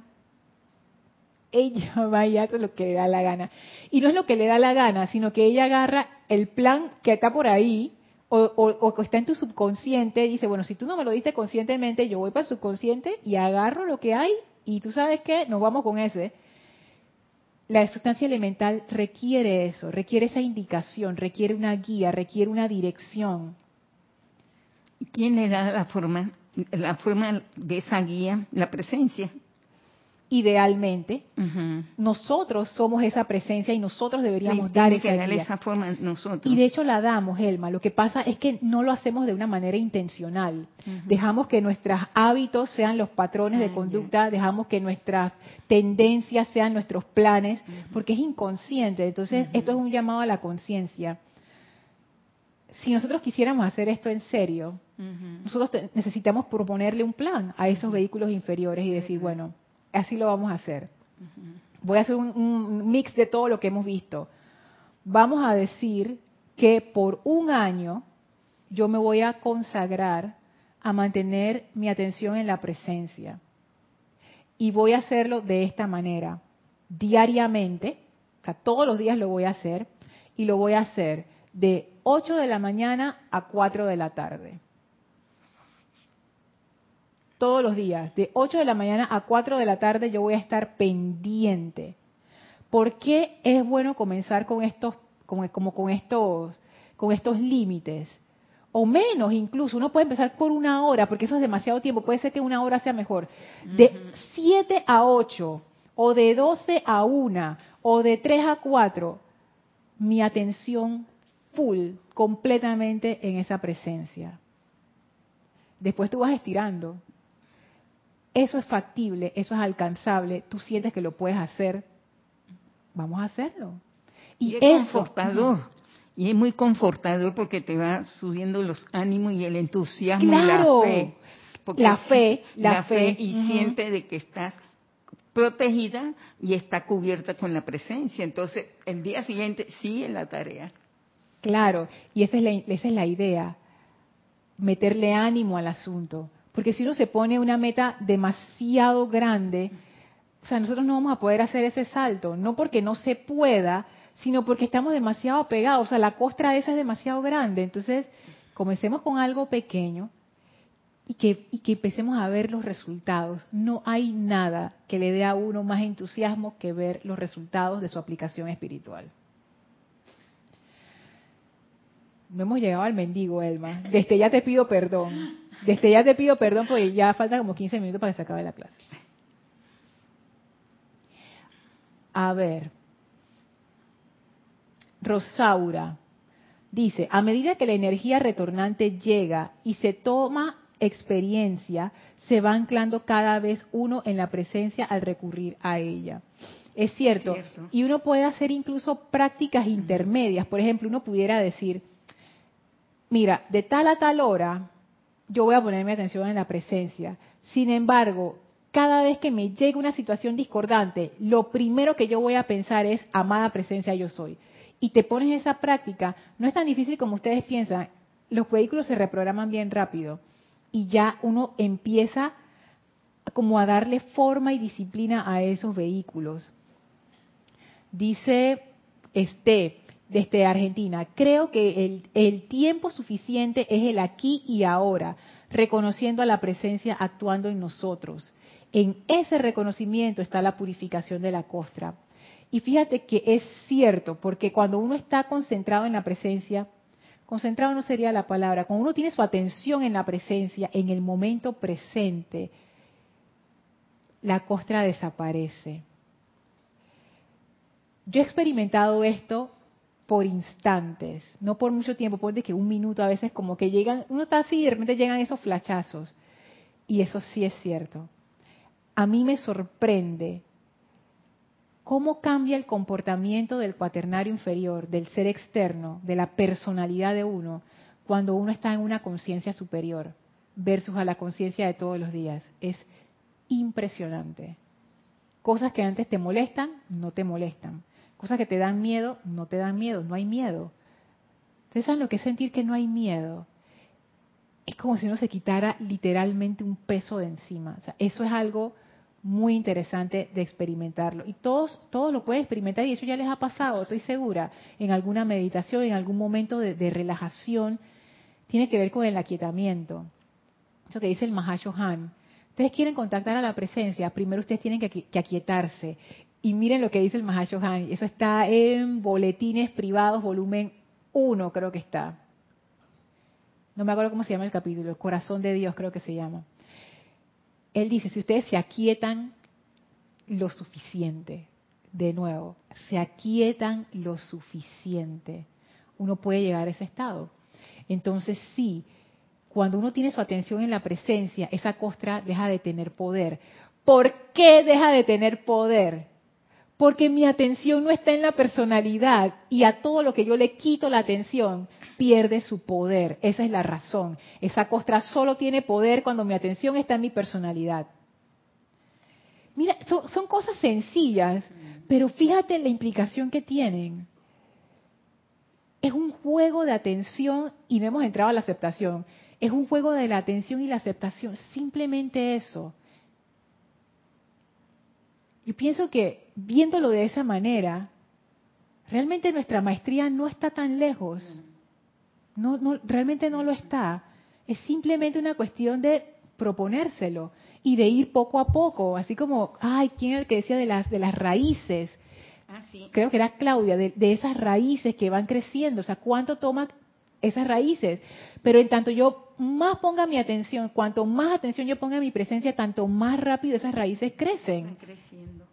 ella va y hace lo que le da la gana. Y no es lo que le da la gana, sino que ella agarra el plan que está por ahí o que está en tu subconsciente y dice, bueno, si tú no me lo diste conscientemente, yo voy para el subconsciente y agarro lo que hay y tú sabes qué, nos vamos con ese. La sustancia elemental requiere eso, requiere esa indicación, requiere una guía, requiere una dirección. ¿Quién le da la forma de esa guía? La presencia. Idealmente, nosotros somos esa presencia y nosotros deberíamos dar esa guía. Esa forma nosotros. Y de hecho la damos, Elma. Lo que pasa es que no lo hacemos de una manera intencional. Dejamos que nuestros hábitos sean los patrones de conducta, dejamos que nuestras tendencias sean nuestros planes, porque es inconsciente. Entonces, esto es un llamado a la conciencia. Si nosotros quisiéramos hacer esto en serio, nosotros necesitamos proponerle un plan a esos vehículos inferiores y decir, bueno, así lo vamos a hacer. Voy a hacer un mix de todo lo que hemos visto. Vamos a decir que por un año yo me voy a consagrar a mantener mi atención en la presencia. Y voy a hacerlo de esta manera, diariamente, o sea, todos los días lo voy a hacer, y lo voy a hacer de 8 de la mañana a 4 de la tarde. Todos los días, de 8 de la mañana a 4 de la tarde yo voy a estar pendiente. ¿Por qué es bueno comenzar con estos, con estos límites? O menos incluso, uno puede empezar por 1 hora, porque eso es demasiado tiempo, puede ser que 1 hora sea mejor. De 7 a 8, o de 12 a 1, o de 3 a 4, mi atención full, completamente en esa presencia. Después tú vas estirando. Eso es factible, eso es alcanzable, tú sientes que lo puedes hacer, vamos a hacerlo. Y es confortador. Y es muy confortador porque te va subiendo los ánimos y el entusiasmo ¡claro! y la fe. Porque la fe y siente de que estás protegida y está cubierta con la presencia. Entonces, el día siguiente sigue la tarea. Claro, y esa es la idea, meterle ánimo al asunto. Porque si uno se pone una meta demasiado grande, o sea, nosotros no vamos a poder hacer ese salto, no porque no se pueda, sino porque estamos demasiado apegados, o sea, la costra esa es demasiado grande. Entonces, comencemos con algo pequeño y que empecemos a ver los resultados. No hay nada que le dé a uno más entusiasmo que ver los resultados de su aplicación espiritual. No hemos llegado al mendigo, Elma. Desde ya te pido perdón. Desde ya te pido perdón porque ya faltan como 15 minutos para que se acabe la clase. A ver. Rosaura dice, a medida que la energía retornante llega y se toma experiencia, se va anclando cada vez uno en la presencia al recurrir a ella. Es cierto. Y uno puede hacer incluso prácticas intermedias. Por ejemplo, uno pudiera decir, mira, de tal a tal hora yo voy a poner mi atención en la presencia. Sin embargo, cada vez que me llegue una situación discordante, lo primero que yo voy a pensar es, amada presencia yo soy. Y te pones esa práctica, no es tan difícil como ustedes piensan, los vehículos se reprograman bien rápido y ya uno empieza como a darle forma y disciplina a esos vehículos. Dice desde Argentina, creo que el tiempo suficiente es el aquí y ahora, reconociendo a la presencia actuando en nosotros. En ese reconocimiento está la purificación de la costra. Y fíjate que es cierto, porque cuando uno está concentrado en la presencia, concentrado no sería la palabra, cuando uno tiene su atención en la presencia, en el momento presente, la costra desaparece. Yo he experimentado esto por instantes, no por mucho tiempo, ponte que 1 minuto, a veces como que llegan, uno está así y de repente llegan esos flachazos. Y eso sí es cierto. A mí me sorprende cómo cambia el comportamiento del cuaternario inferior, del ser externo, de la personalidad de uno, cuando uno está en una conciencia superior versus a la conciencia de todos los días. Es impresionante. Cosas que antes te molestan, no te molestan. Cosas que te dan miedo, no te dan miedo, no hay miedo. ¿Ustedes saben lo que es sentir que no hay miedo? Es como si uno se quitara literalmente un peso de encima. O sea, eso es algo muy interesante de experimentarlo. Y todos lo pueden experimentar y eso ya les ha pasado, estoy segura, en alguna meditación, en algún momento de relajación. Tiene que ver con el aquietamiento. Eso que dice el Mahashohan. Ustedes quieren contactar a la presencia, primero ustedes tienen que aquietarse. Y miren lo que dice el Mahashohan. Eso está en Boletines Privados, volumen 1, creo que está. No me acuerdo cómo se llama el capítulo, Corazón de Dios creo que se llama. Él dice, si ustedes se aquietan lo suficiente, de nuevo, se aquietan lo suficiente, uno puede llegar a ese estado. Entonces sí, cuando uno tiene su atención en la presencia, esa costra deja de tener poder. ¿Por qué deja de tener poder? Porque mi atención no está en la personalidad y a todo lo que yo le quito la atención pierde su poder. Esa es la razón. Esa costra solo tiene poder cuando mi atención está en mi personalidad. Mira, son cosas sencillas, pero fíjate la implicación que tienen. Es un juego de atención y no hemos entrado a la aceptación. Es un juego de la atención y la aceptación. Simplemente eso. Yo pienso que viéndolo de esa manera, realmente nuestra maestría no está tan lejos. Realmente no lo está. Es simplemente una cuestión de proponérselo y de ir poco a poco, así como, ¿quién era el que decía de las raíces? Sí. Creo que era Claudia, de esas raíces que van creciendo. O sea, ¿cuánto toma esas raíces? Pero en tanto yo más ponga mi atención, cuanto más atención yo ponga a mi presencia, tanto más rápido esas raíces crecen. Están creciendo.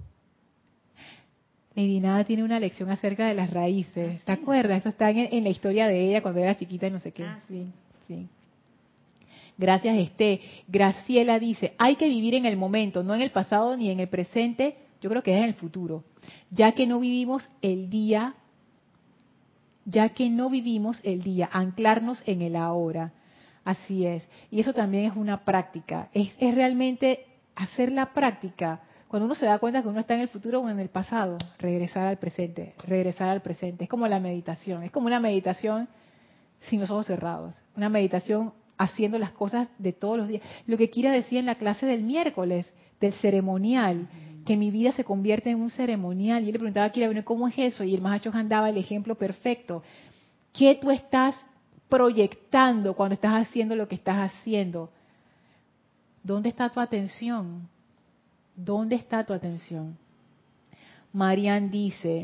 Lady Nada tiene una lección acerca de las raíces. ¿Sí? ¿Te acuerdas? Eso está en la historia de ella cuando era chiquita y no sé qué. Sí. Sí. Gracias, Graciela dice, hay que vivir en el momento, no en el pasado ni en el presente, yo creo que es en el futuro, ya que no vivimos el día, anclarnos en el ahora. Así es. Y eso también es una práctica. Es realmente hacer la práctica. Cuando uno se da cuenta que uno está en el futuro o en el pasado, regresar al presente. Es como la meditación. Es como una meditación sin los ojos cerrados. Una meditación haciendo las cosas de todos los días. Lo que Kira decía en la clase del miércoles, del ceremonial, que mi vida se convierte en un ceremonial. Y yo le preguntaba a Kira, bueno, ¿cómo es eso? Y el Mahacho Han daba el ejemplo perfecto. ¿Qué tú estás proyectando cuando estás haciendo lo que estás haciendo? ¿Dónde está tu atención? ¿Dónde está tu atención? Marian dice,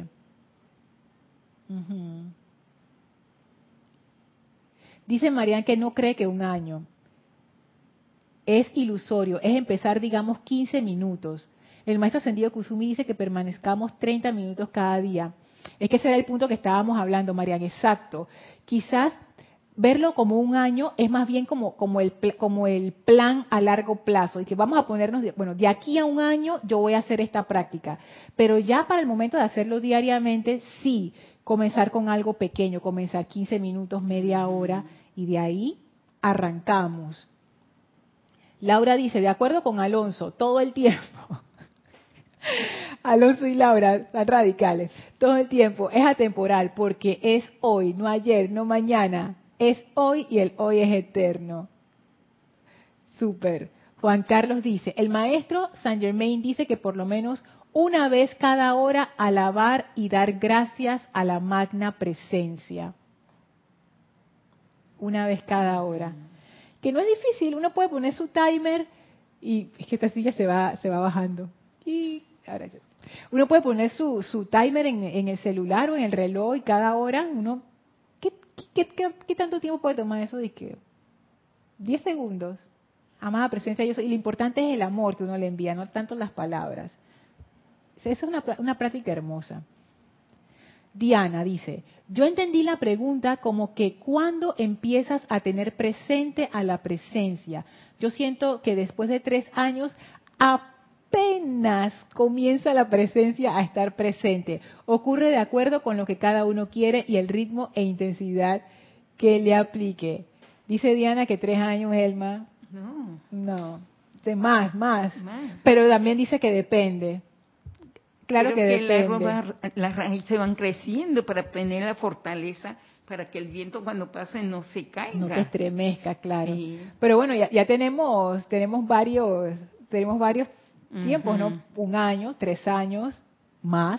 dice Marian que no cree que un año es ilusorio, es empezar, digamos, 15 minutos. El maestro ascendido Kusumi dice que permanezcamos 30 minutos cada día. Es que ese era el punto que estábamos hablando, Marian, exacto. Quizás verlo como un año es más bien como el plan a largo plazo, y que vamos a ponernos, de aquí a un año yo voy a hacer esta práctica, pero ya para el momento de hacerlo diariamente, sí, comenzar con algo pequeño, comenzar 15 minutos, media hora, y de ahí arrancamos. Laura dice, de acuerdo con Alonso, todo el tiempo. Alonso y Laura están radicales. Todo el tiempo es atemporal porque es hoy, no ayer, no mañana. Es hoy y el hoy es eterno. Súper. Juan Carlos dice, el maestro Saint Germain dice que por lo menos una vez cada hora alabar y dar gracias a la magna presencia. Una vez cada hora. Que no es difícil, uno puede poner su timer y es que esta silla se va bajando. Y ahora uno puede poner su timer en el celular o en el reloj y cada hora uno, ¿qué tanto tiempo puede tomar eso? De que 10 segundos. Amada presencia, yo soy. Y lo importante es el amor que uno le envía, no tanto las palabras. Esa es una práctica hermosa. Diana dice, yo entendí la pregunta como que cuando empiezas a tener presente a la presencia. Yo siento que después de 3 años apenas comienza la presencia a estar presente. Ocurre de acuerdo con lo que cada uno quiere y el ritmo e intensidad que le aplique. Dice Diana que 3 años, Elma. No, de más. Pero también dice que depende. Claro que depende. Las raíces van creciendo para tener la fortaleza para que el viento cuando pase no se caiga. No te estremezca, claro. Sí. Pero bueno, ya tenemos varios tiempos, ¿no? 1 año, 3 años, más.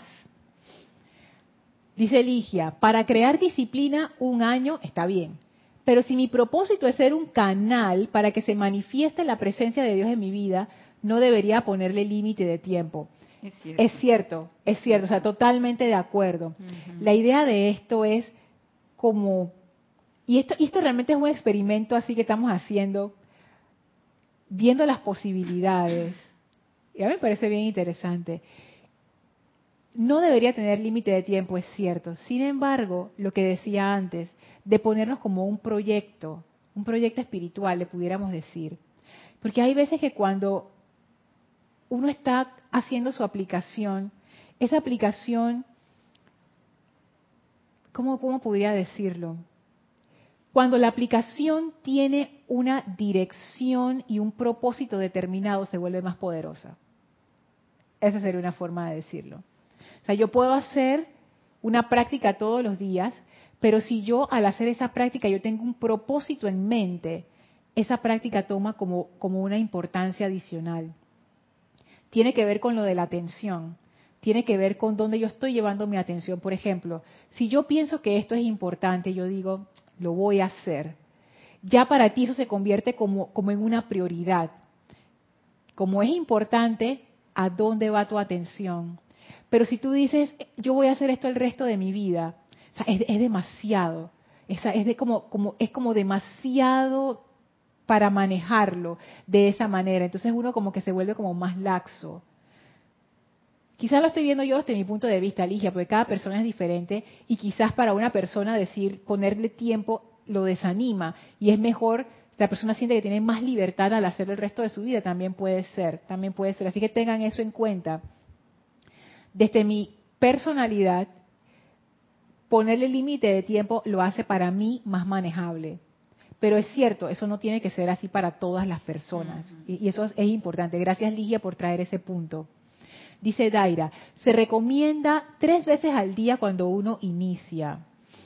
Dice Ligia, para crear disciplina 1 año está bien. Pero si mi propósito es ser un canal para que se manifieste la presencia de Dios en mi vida, no debería ponerle límite de tiempo. Es cierto, o sea, totalmente de acuerdo. La idea de esto es como, y esto realmente es un experimento así que estamos haciendo, viendo las posibilidades. Y a mí me parece bien interesante. No debería tener límite de tiempo, es cierto. Sin embargo, lo que decía antes, de ponernos como un proyecto espiritual, le pudiéramos decir. Porque hay veces que cuando uno está haciendo su aplicación, esa aplicación, ¿cómo podría decirlo? Cuando la aplicación tiene una dirección y un propósito determinado, se vuelve más poderosa. Esa sería una forma de decirlo. O sea, yo puedo hacer una práctica todos los días, pero si yo al hacer esa práctica yo tengo un propósito en mente, esa práctica toma como una importancia adicional. Tiene que ver con lo de la atención, tiene que ver con dónde yo estoy llevando mi atención. Por ejemplo, si yo pienso que esto es importante, yo digo, lo voy a hacer. Ya para ti eso se convierte como en una prioridad. Como es importante, ¿a dónde va tu atención? Pero si tú dices, yo voy a hacer esto el resto de mi vida, o sea, es demasiado. Es como demasiado para manejarlo de esa manera. Entonces uno como que se vuelve como más laxo. Quizás lo estoy viendo yo desde mi punto de vista, Ligia, porque cada persona es diferente y quizás para una persona decir, ponerle tiempo lo desanima y es mejor, la persona siente que tiene más libertad al hacerlo el resto de su vida, también puede ser. Así que tengan eso en cuenta. Desde mi personalidad, ponerle límite de tiempo lo hace para mí más manejable. Pero es cierto, eso no tiene que ser así para todas las personas. Y eso es importante. Gracias, Ligia, por traer ese punto. Dice Daira, se recomienda 3 veces al día cuando uno inicia.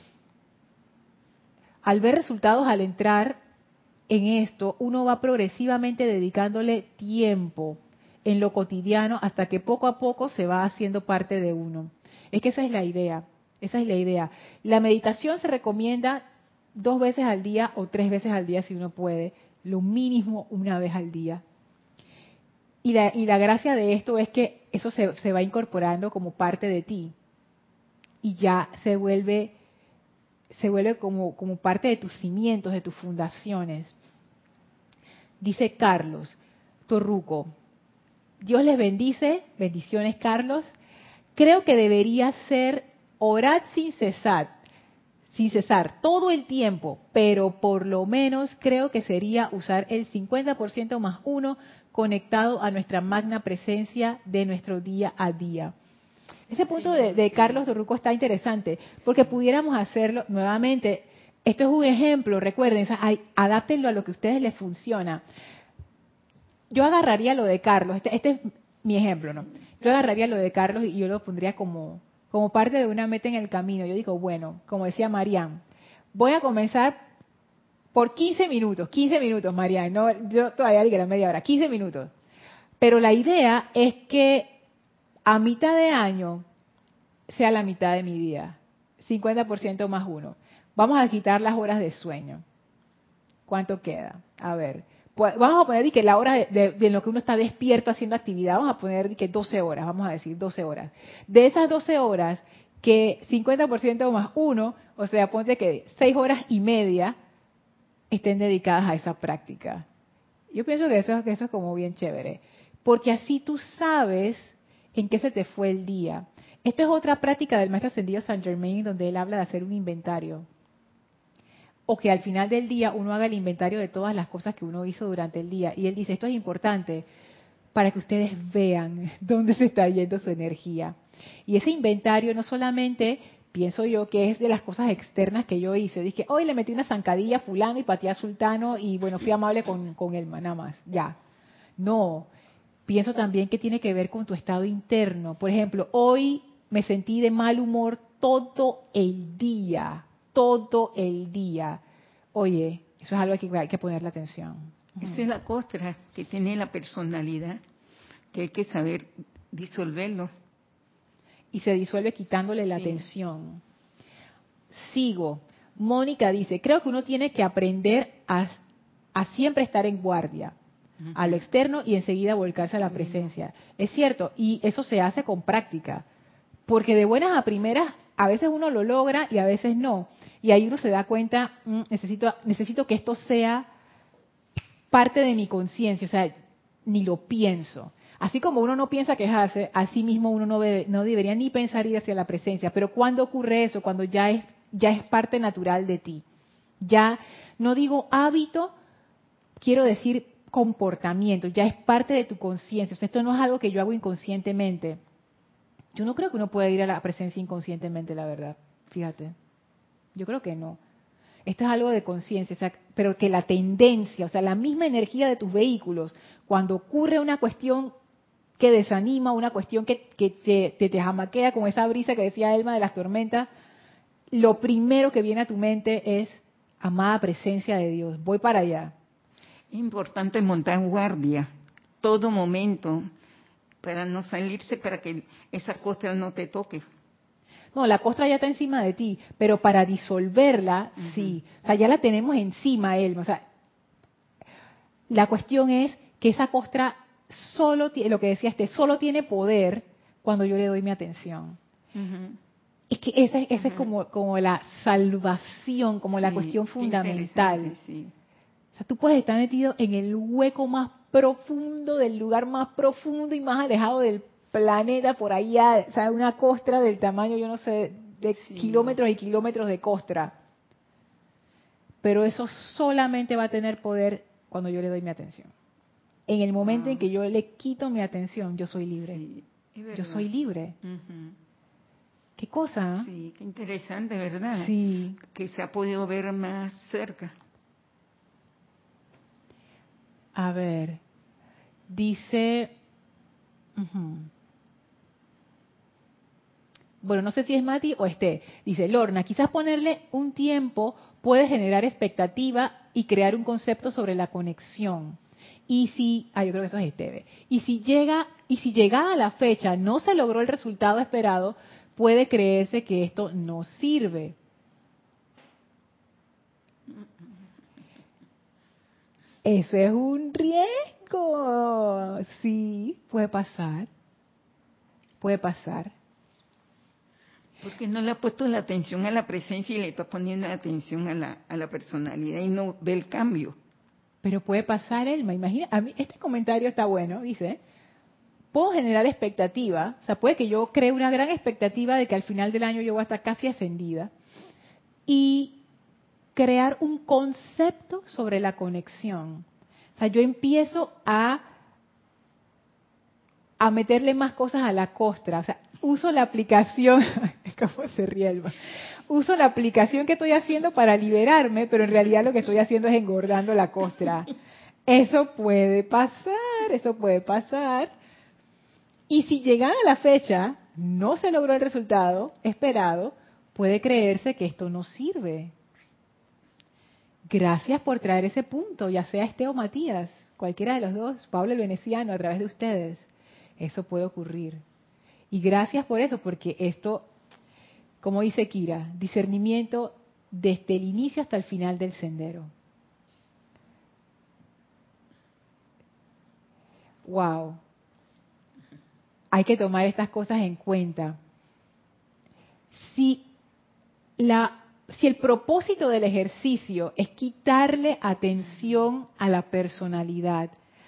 Al ver resultados al entrar en esto, uno va progresivamente dedicándole tiempo en lo cotidiano hasta que poco a poco se va haciendo parte de uno. Es que esa es la idea. Esa es la idea. La meditación se recomienda 2 veces al día o 3 veces al día si uno puede. Lo mínimo 1 vez al día. Y la gracia de esto es que eso se va incorporando como parte de ti. Y ya se vuelve como parte de tus cimientos, de tus fundaciones. Dice Carlos Torruco, Dios les bendice, bendiciones Carlos. Creo que debería ser orar sin cesar todo el tiempo, pero por lo menos creo que sería usar el 50% más 1 conectado a nuestra magna presencia de nuestro día a día. Ese punto de Carlos Torruco está interesante, porque pudiéramos hacerlo nuevamente. Esto es un ejemplo, recuerden, adáptenlo a lo que a ustedes les funciona. Yo agarraría lo de Carlos, este es mi ejemplo, ¿no? Yo agarraría lo de Carlos y yo lo pondría como parte de una meta en el camino. Yo digo, bueno, como decía Marian, voy a comenzar por 15 minutos, Marian, no, yo todavía digo la media hora, 15 minutos. Pero la idea es que a mitad de año sea la mitad de mi día, 50% más 1. Vamos a quitar las horas de sueño. ¿Cuánto queda? A ver, pues vamos a poner que la hora de lo que uno está despierto haciendo actividad, vamos a poner que 12 horas, vamos a decir 12 horas. De esas 12 horas, que 50% más 1, o sea, ponte que 6 horas y media estén dedicadas a esa práctica. Yo pienso que eso es como bien chévere, porque así tú sabes en qué se te fue el día. Esto es otra práctica del maestro ascendido Saint Germain, donde él habla de hacer un inventario. O que al final del día uno haga el inventario de todas las cosas que uno hizo durante el día. Y él dice, esto es importante para que ustedes vean dónde se está yendo su energía. Y ese inventario no solamente, pienso yo, que es de las cosas externas que yo hice. Dije, hoy le metí una zancadilla a fulano y pateé a sultano y bueno, fui amable con él, nada más, ya. No, pienso también que tiene que ver con tu estado interno. Por ejemplo, hoy me sentí de mal humor todo el día. Oye, eso es algo que hay que ponerle atención. Esa es la costra que tiene la personalidad, que hay que saber disolverlo. Y se disuelve quitándole la atención. Sigo. Mónica dice, creo que uno tiene que aprender a siempre estar en guardia, a lo externo y enseguida volcarse a la presencia. Es cierto, y eso se hace con práctica, porque de buenas a primeras a veces uno lo logra y a veces no. Y ahí uno se da cuenta, necesito que esto sea parte de mi conciencia, o sea, ni lo pienso. Así como uno no piensa quejarse, así mismo uno no debería ni pensar ir hacia la presencia. Pero ¿cuándo ocurre eso? Cuando ya es parte natural de ti. Ya, no digo hábito, quiero decir comportamiento, ya es parte de tu conciencia. O sea, esto no es algo que yo hago inconscientemente. Yo no creo que uno pueda ir a la presencia inconscientemente, la verdad. Fíjate. Yo creo que no. Esto es algo de conciencia, o sea, pero que la tendencia, o sea, la misma energía de tus vehículos, cuando ocurre una cuestión que desanima, una cuestión que te jamaquea con esa brisa que decía Elma de las tormentas, lo primero que viene a tu mente es, amada presencia de Dios, voy para allá. Es importante montar guardia todo momento para no salirse, para que esa costra no te toque. No, la costra ya está encima de ti, pero para disolverla, sí. O sea, ya la tenemos encima, Elma. O sea, la cuestión es que esa costra solo, lo que decía solo tiene poder cuando yo le doy mi atención. Ujú. Es que esa es como la salvación, como la Sí, cuestión qué interesante. interesante, sí. O sea, tú puedes estar metido en el hueco más profundo, del lugar más profundo y más alejado del planeta, por allá, o sea, una costra del tamaño, yo no sé, de Sí. kilómetros y kilómetros de costra. Pero eso solamente va a tener poder cuando yo le doy mi atención. En el momento en Wow. que yo le quito mi atención, yo soy libre. Sí, es Yo verdad. soy libre. Ujú. ¿Qué cosa? Sí, qué interesante, ¿verdad? Sí. Que se ha podido ver más cerca. A ver, dice, ujú. Bueno, no sé si es Mati o Esté. Dice, Lorna, quizás ponerle un tiempo puede generar expectativa y crear un concepto sobre la conexión. Y si, yo creo que eso es Esteve. Y si llegada la fecha no se logró el resultado esperado, puede creerse que esto no sirve. Eso es un riesgo. Sí, puede pasar. Puede pasar. Porque no le ha puesto la atención a la presencia y le está poniendo la atención a la personalidad y no ve el cambio. Pero puede pasar, Elma. Imagina, a mí este comentario está bueno, dice. Puedo generar expectativa, o sea, puede que yo cree una gran expectativa de que al final del año yo voy a estar casi ascendida y crear un concepto sobre la conexión. O sea, yo empiezo a meterle más cosas a la costra, o sea, uso la aplicación, ¿cómo se ríe Elba? Uso la aplicación que estoy haciendo para liberarme, pero en realidad lo que estoy haciendo es engordando la costra. Eso puede pasar, eso puede pasar. Y si llegada la fecha no se logró el resultado esperado, puede creerse que esto no sirve. Gracias por traer ese punto, ya sea Este o Matías, cualquiera de los dos, Pablo el Veneciano, a través de ustedes. Eso puede ocurrir. Y gracias por eso, porque esto, como dice Kira, discernimiento desde el inicio hasta el final del sendero. Wow. Hay que tomar estas cosas en cuenta. Si el propósito del ejercicio es quitarle atención a la personalidad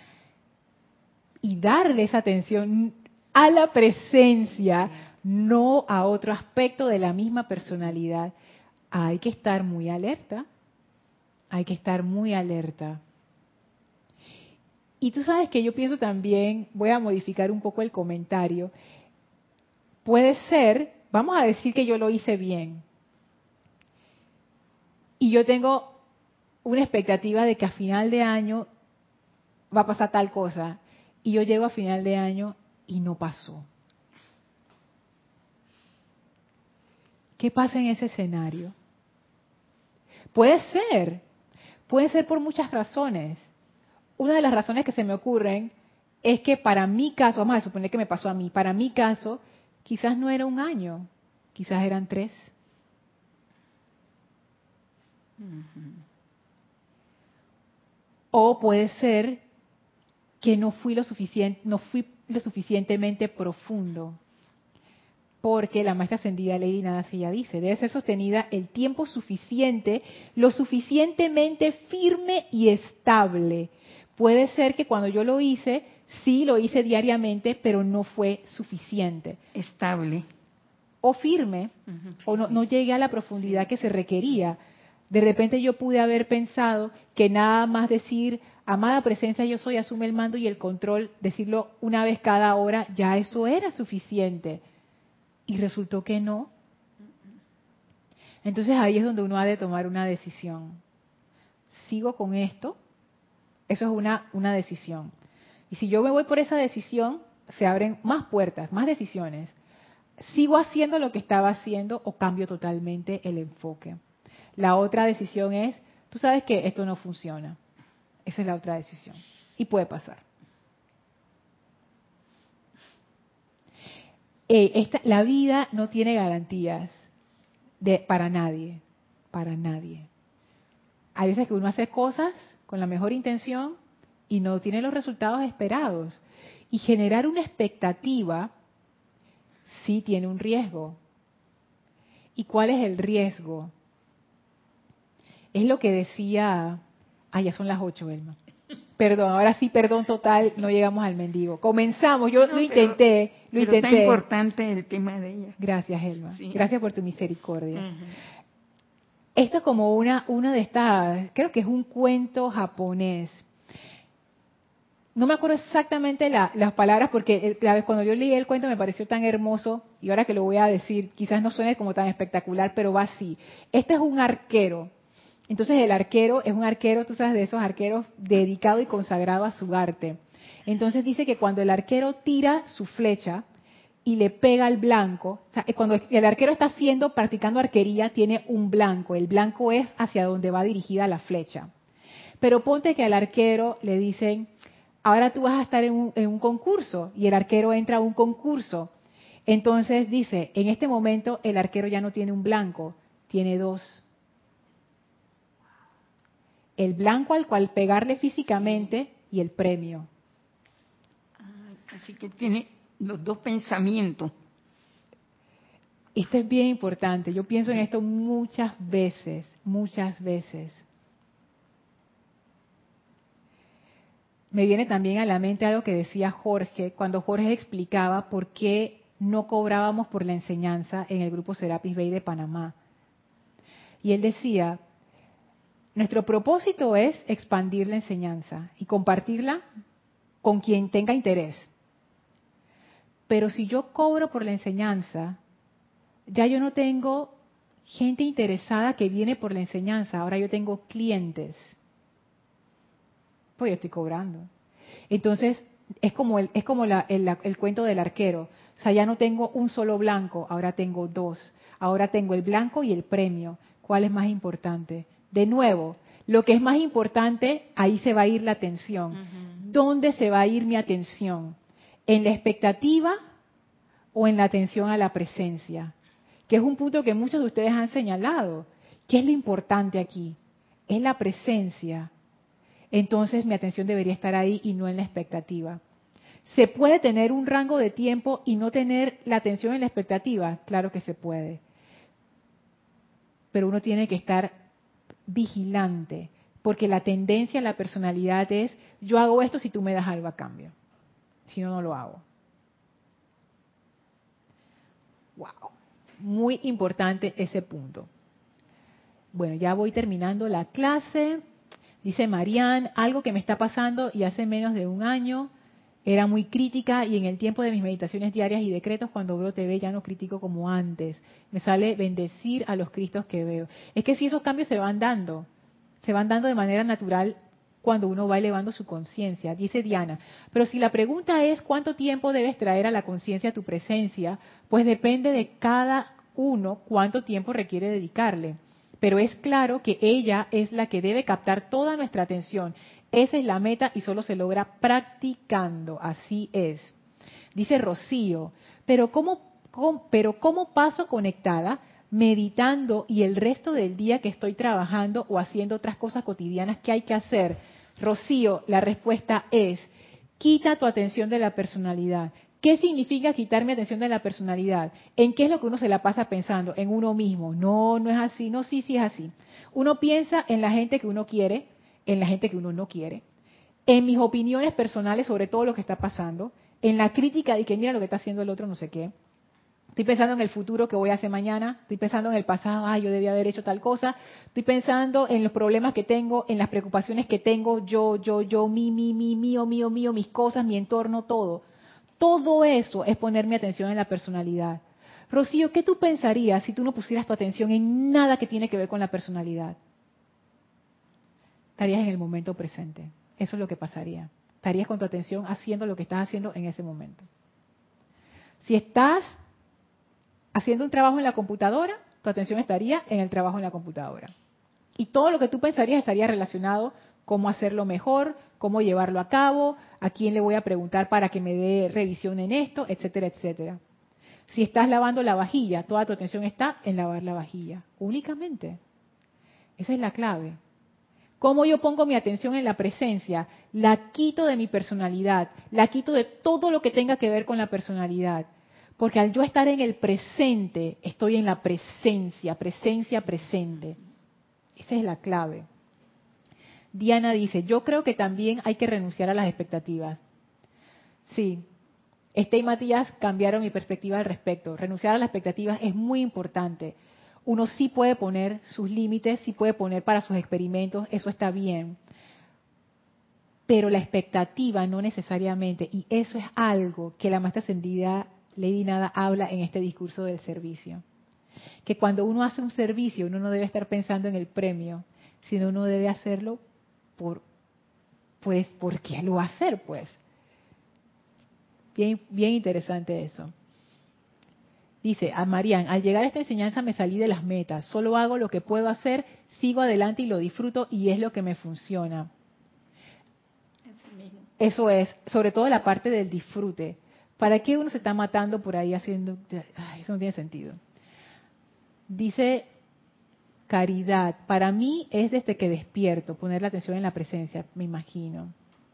y darle esa atención a la presencia, no a otro aspecto de la misma personalidad, hay que estar muy alerta, hay que estar muy alerta. Y tú sabes que yo pienso también, voy a modificar un poco el comentario, puede ser, vamos a decir que yo lo hice bien, y yo tengo una expectativa de que a final de año va a pasar tal cosa. Y yo llego a final de año y no pasó. ¿Qué pasa en ese escenario? Puede ser por muchas razones. Una de las razones que se me ocurren es que para mi caso, vamos a suponer que me pasó a mí, para mi caso, quizás no era un año, quizás eran 3. O puede ser que no fui lo suficientemente profundo. Porque la maestra ascendida Lady Nada ella dice, debe ser sostenida el tiempo suficiente, lo suficientemente firme y estable. Puede ser que cuando yo lo hice, sí lo hice diariamente, pero no fue suficiente. Estable. O firme, o no llegué a la profundidad que se requería. De repente yo pude haber pensado que nada más decir, amada presencia yo soy, asume el mando y el control, decirlo una vez cada hora, ya eso era suficiente. Y resultó que no. Entonces ahí es donde uno ha de tomar una decisión. ¿Sigo con esto? Eso es una decisión. Y si yo me voy por esa decisión, se abren más puertas, más decisiones. ¿Sigo haciendo lo que estaba haciendo o cambio totalmente el enfoque? La otra decisión es, tú sabes que esto no funciona. Esa es la otra decisión. Y puede pasar. La vida no tiene garantías para nadie, para nadie. Hay veces que uno hace cosas con la mejor intención y no tiene los resultados esperados. Y generar una expectativa sí tiene un riesgo. ¿Y cuál es el riesgo? Es lo que decía... ya son las 8, Elma. Perdón, ahora sí, perdón total, no llegamos al mendigo. Comenzamos, yo lo intenté. Está importante el tema de ella. Gracias, Elma. Sí. Gracias por tu misericordia. Esto es como una de estas, creo que es un cuento japonés. No me acuerdo exactamente las palabras porque la vez cuando yo leí el cuento me pareció tan hermoso y ahora que lo voy a decir, quizás no suene como tan espectacular, pero va así. Este es un arquero. Entonces el arquero es un arquero, tú sabes, de esos arqueros dedicado y consagrado a su arte. Entonces dice que cuando el arquero tira su flecha y le pega al blanco, o sea, cuando el arquero está practicando arquería, tiene un blanco. El blanco es hacia donde va dirigida la flecha. Pero ponte que al arquero le dicen, ahora tú vas a estar en un concurso, y el arquero entra a un concurso. Entonces dice, en este momento el arquero ya no tiene un blanco, tiene dos. El blanco al cual pegarle físicamente y el premio. Así que tiene los dos pensamientos. Esto es bien importante. Yo pienso en esto muchas veces, muchas veces. Me viene también a la mente algo que decía Jorge, cuando Jorge explicaba por qué no cobrábamos por la enseñanza en el grupo Serapis Bay de Panamá. Y él decía, nuestro propósito es expandir la enseñanza y compartirla con quien tenga interés. Pero si yo cobro por la enseñanza, ya yo no tengo gente interesada que viene por la enseñanza, ahora yo tengo clientes. Pues yo estoy cobrando. Entonces, es como el cuento del arquero. O sea, ya no tengo un solo blanco, ahora tengo dos. Ahora tengo el blanco y el premio. ¿Cuál es más importante? De nuevo, lo que es más importante, ahí se va a ir la atención. ¿Dónde se va a ir mi atención? ¿En la expectativa o en la atención a la presencia? Que es un punto que muchos de ustedes han señalado. ¿Qué es lo importante aquí? Es la presencia. Entonces mi atención debería estar ahí y no en la expectativa. ¿Se puede tener un rango de tiempo y no tener la atención en la expectativa? Claro que se puede. Pero uno tiene que estar vigilante, porque la tendencia, la personalidad es, yo hago esto si tú me das algo a cambio. Si no, no lo hago. Wow. Muy importante ese punto. Bueno, ya voy terminando la clase. Dice Marianne, algo que me está pasando y hace menos de un año era muy crítica y en el tiempo de mis meditaciones diarias y decretos cuando veo TV ya no critico como antes. Me sale bendecir a los Cristos que veo. Es que si esos cambios se van dando de manera natural cuando uno va elevando su conciencia. Dice Diana, pero si la pregunta es cuánto tiempo debes traer a la conciencia tu presencia, pues depende de cada uno cuánto tiempo requiere dedicarle. Pero es claro que ella es la que debe captar toda nuestra atención. Esa es la meta y solo se logra practicando. Así es. Dice Rocío, pero ¿cómo paso conectada, meditando y el resto del día que estoy trabajando o haciendo otras cosas cotidianas que hay que hacer? Rocío, la respuesta es, quita tu atención de la personalidad. ¿Qué significa quitar mi atención de la personalidad? ¿En qué es lo que uno se la pasa pensando? En uno mismo. No, no es así. No, sí, sí es así. Uno piensa en la gente que uno quiere, en la gente que uno no quiere, en mis opiniones personales sobre todo lo que está pasando, en la crítica de que mira lo que está haciendo el otro, no sé qué. Estoy pensando en el futuro que voy a hacer mañana, estoy pensando en el pasado, yo debía haber hecho tal cosa, estoy pensando en los problemas que tengo, en las preocupaciones que tengo, yo, mío, mis cosas, mi entorno, todo. Todo eso es poner mi atención en la personalidad. Rocío, ¿qué tú pensarías si tú no pusieras tu atención en nada que tiene que ver con la personalidad? Estarías en el momento presente. Eso es lo que pasaría. Estarías con tu atención haciendo lo que estás haciendo en ese momento. Si estás haciendo un trabajo en la computadora, tu atención estaría en el trabajo en la computadora. Y todo lo que tú pensarías estaría relacionado cómo hacerlo mejor, cómo llevarlo a cabo, a quién le voy a preguntar para que me dé revisión en esto, etcétera, etcétera. Si estás lavando la vajilla, toda tu atención está en lavar la vajilla, únicamente. Esa es la clave. ¿Cómo yo pongo mi atención en la presencia? La quito de mi personalidad, la quito de todo lo que tenga que ver con la personalidad. Porque al yo estar en el presente, estoy en la presencia, presencia presente. Esa es la clave. Diana dice, yo creo que también hay que renunciar a las expectativas. Sí, y Matías cambiaron mi perspectiva al respecto. Renunciar a las expectativas es muy importante. Uno sí puede poner sus límites, sí puede poner para sus experimentos, eso está bien. Pero la expectativa no necesariamente, y eso es algo que la maestra ascendida Lady Nada habla en este discurso del servicio. Que cuando uno hace un servicio, uno no debe estar pensando en el premio, sino uno debe hacerlo porque lo va a hacer, pues. Bien, bien interesante eso. Dice a Marian, al llegar a esta enseñanza me salí de las metas, solo hago lo que puedo hacer, sigo adelante y lo disfruto y es lo que me funciona. Eso es, sobre todo la parte del disfrute. ¿Para qué uno se está matando por ahí haciendo? Ay, eso no tiene sentido. Dice Caridad, para mí es desde que despierto, poner la atención en la presencia, me imagino.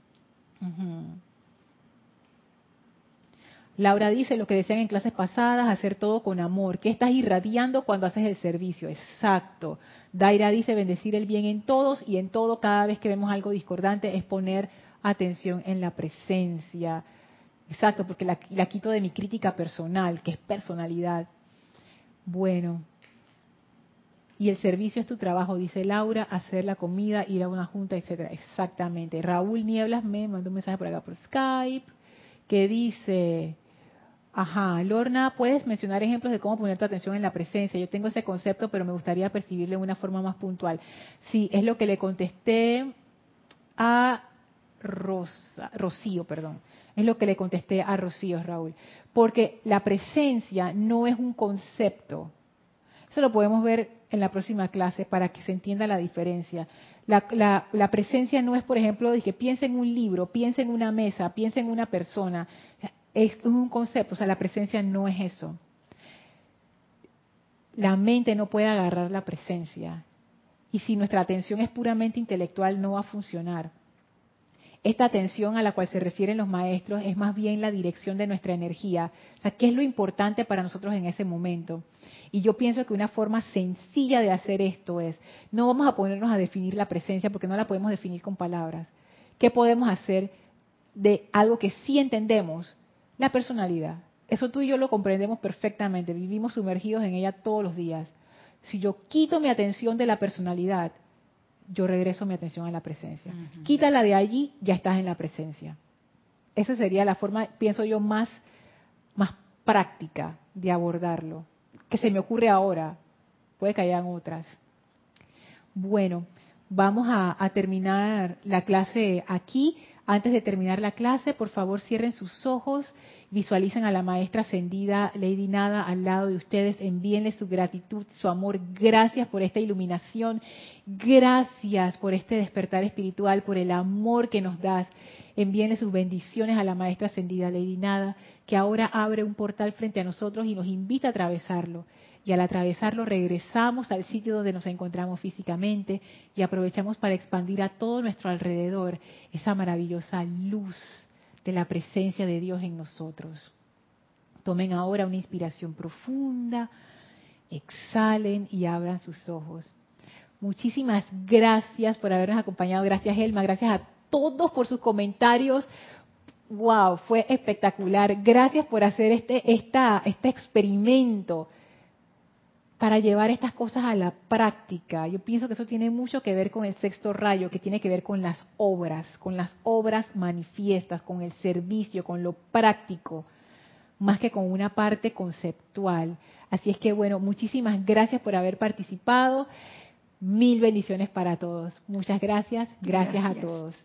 Laura dice lo que decían en clases pasadas, hacer todo con amor. ¿Qué estás irradiando cuando haces el servicio? Exacto. Daira dice bendecir el bien en todos y en todo cada vez que vemos algo discordante es poner atención en la presencia. Exacto, porque la quito de mi crítica personal, que es personalidad. Bueno. Y el servicio es tu trabajo, dice Laura, hacer la comida, ir a una junta, etcétera. Exactamente. Raúl Nieblas me mandó un mensaje por acá por Skype que dice, ajá, Lorna, ¿puedes mencionar ejemplos de cómo poner tu atención en la presencia? Yo tengo ese concepto, pero me gustaría percibirlo de una forma más puntual. Sí, es lo que le contesté a Rocío, perdón. Es lo que le contesté a Rocío, Raúl. Porque la presencia no es un concepto. Eso lo podemos ver en la próxima clase para que se entienda la diferencia. La presencia no es, por ejemplo, de que piensa en un libro, piensa en una mesa, piensa en una persona. Es un concepto, o sea, la presencia no es eso. La mente no puede agarrar la presencia. Y si nuestra atención es puramente intelectual, no va a funcionar. Esta atención a la cual se refieren los maestros es más bien la dirección de nuestra energía. O sea, ¿qué es lo importante para nosotros en ese momento? Y yo pienso que una forma sencilla de hacer esto es, no vamos a ponernos a definir la presencia porque no la podemos definir con palabras. ¿Qué podemos hacer de algo que sí entendemos? La personalidad. Eso tú y yo lo comprendemos perfectamente, vivimos sumergidos en ella todos los días. Si yo quito mi atención de la personalidad, yo regreso mi atención a la presencia. Quítala de allí, ya estás en la presencia. Esa sería la forma, pienso yo, más práctica de abordarlo. Que se me ocurre ahora. Puede que hayan otras. Bueno, vamos a terminar la clase aquí. Antes de terminar la clase, por favor cierren sus ojos, visualicen a la maestra ascendida Lady Nada al lado de ustedes, envíenle su gratitud, su amor. Gracias por esta iluminación, gracias por este despertar espiritual, por el amor que nos das. Envíenle sus bendiciones a la maestra ascendida Lady Nada, que ahora abre un portal frente a nosotros y nos invita a atravesarlo. Y al atravesarlo regresamos al sitio donde nos encontramos físicamente y aprovechamos para expandir a todo nuestro alrededor esa maravillosa luz de la presencia de Dios en nosotros. Tomen ahora una inspiración profunda, exhalen y abran sus ojos. Muchísimas gracias por habernos acompañado. Gracias, Elma. Gracias a todos por sus comentarios. Wow, fue espectacular. Gracias por hacer este experimento para llevar estas cosas a la práctica. Yo pienso que eso tiene mucho que ver con el sexto rayo, que tiene que ver con las obras manifiestas, con el servicio, con lo práctico, más que con una parte conceptual. Así es que bueno, muchísimas gracias por haber participado. 1000 bendiciones para todos. Muchas gracias. Gracias a todos.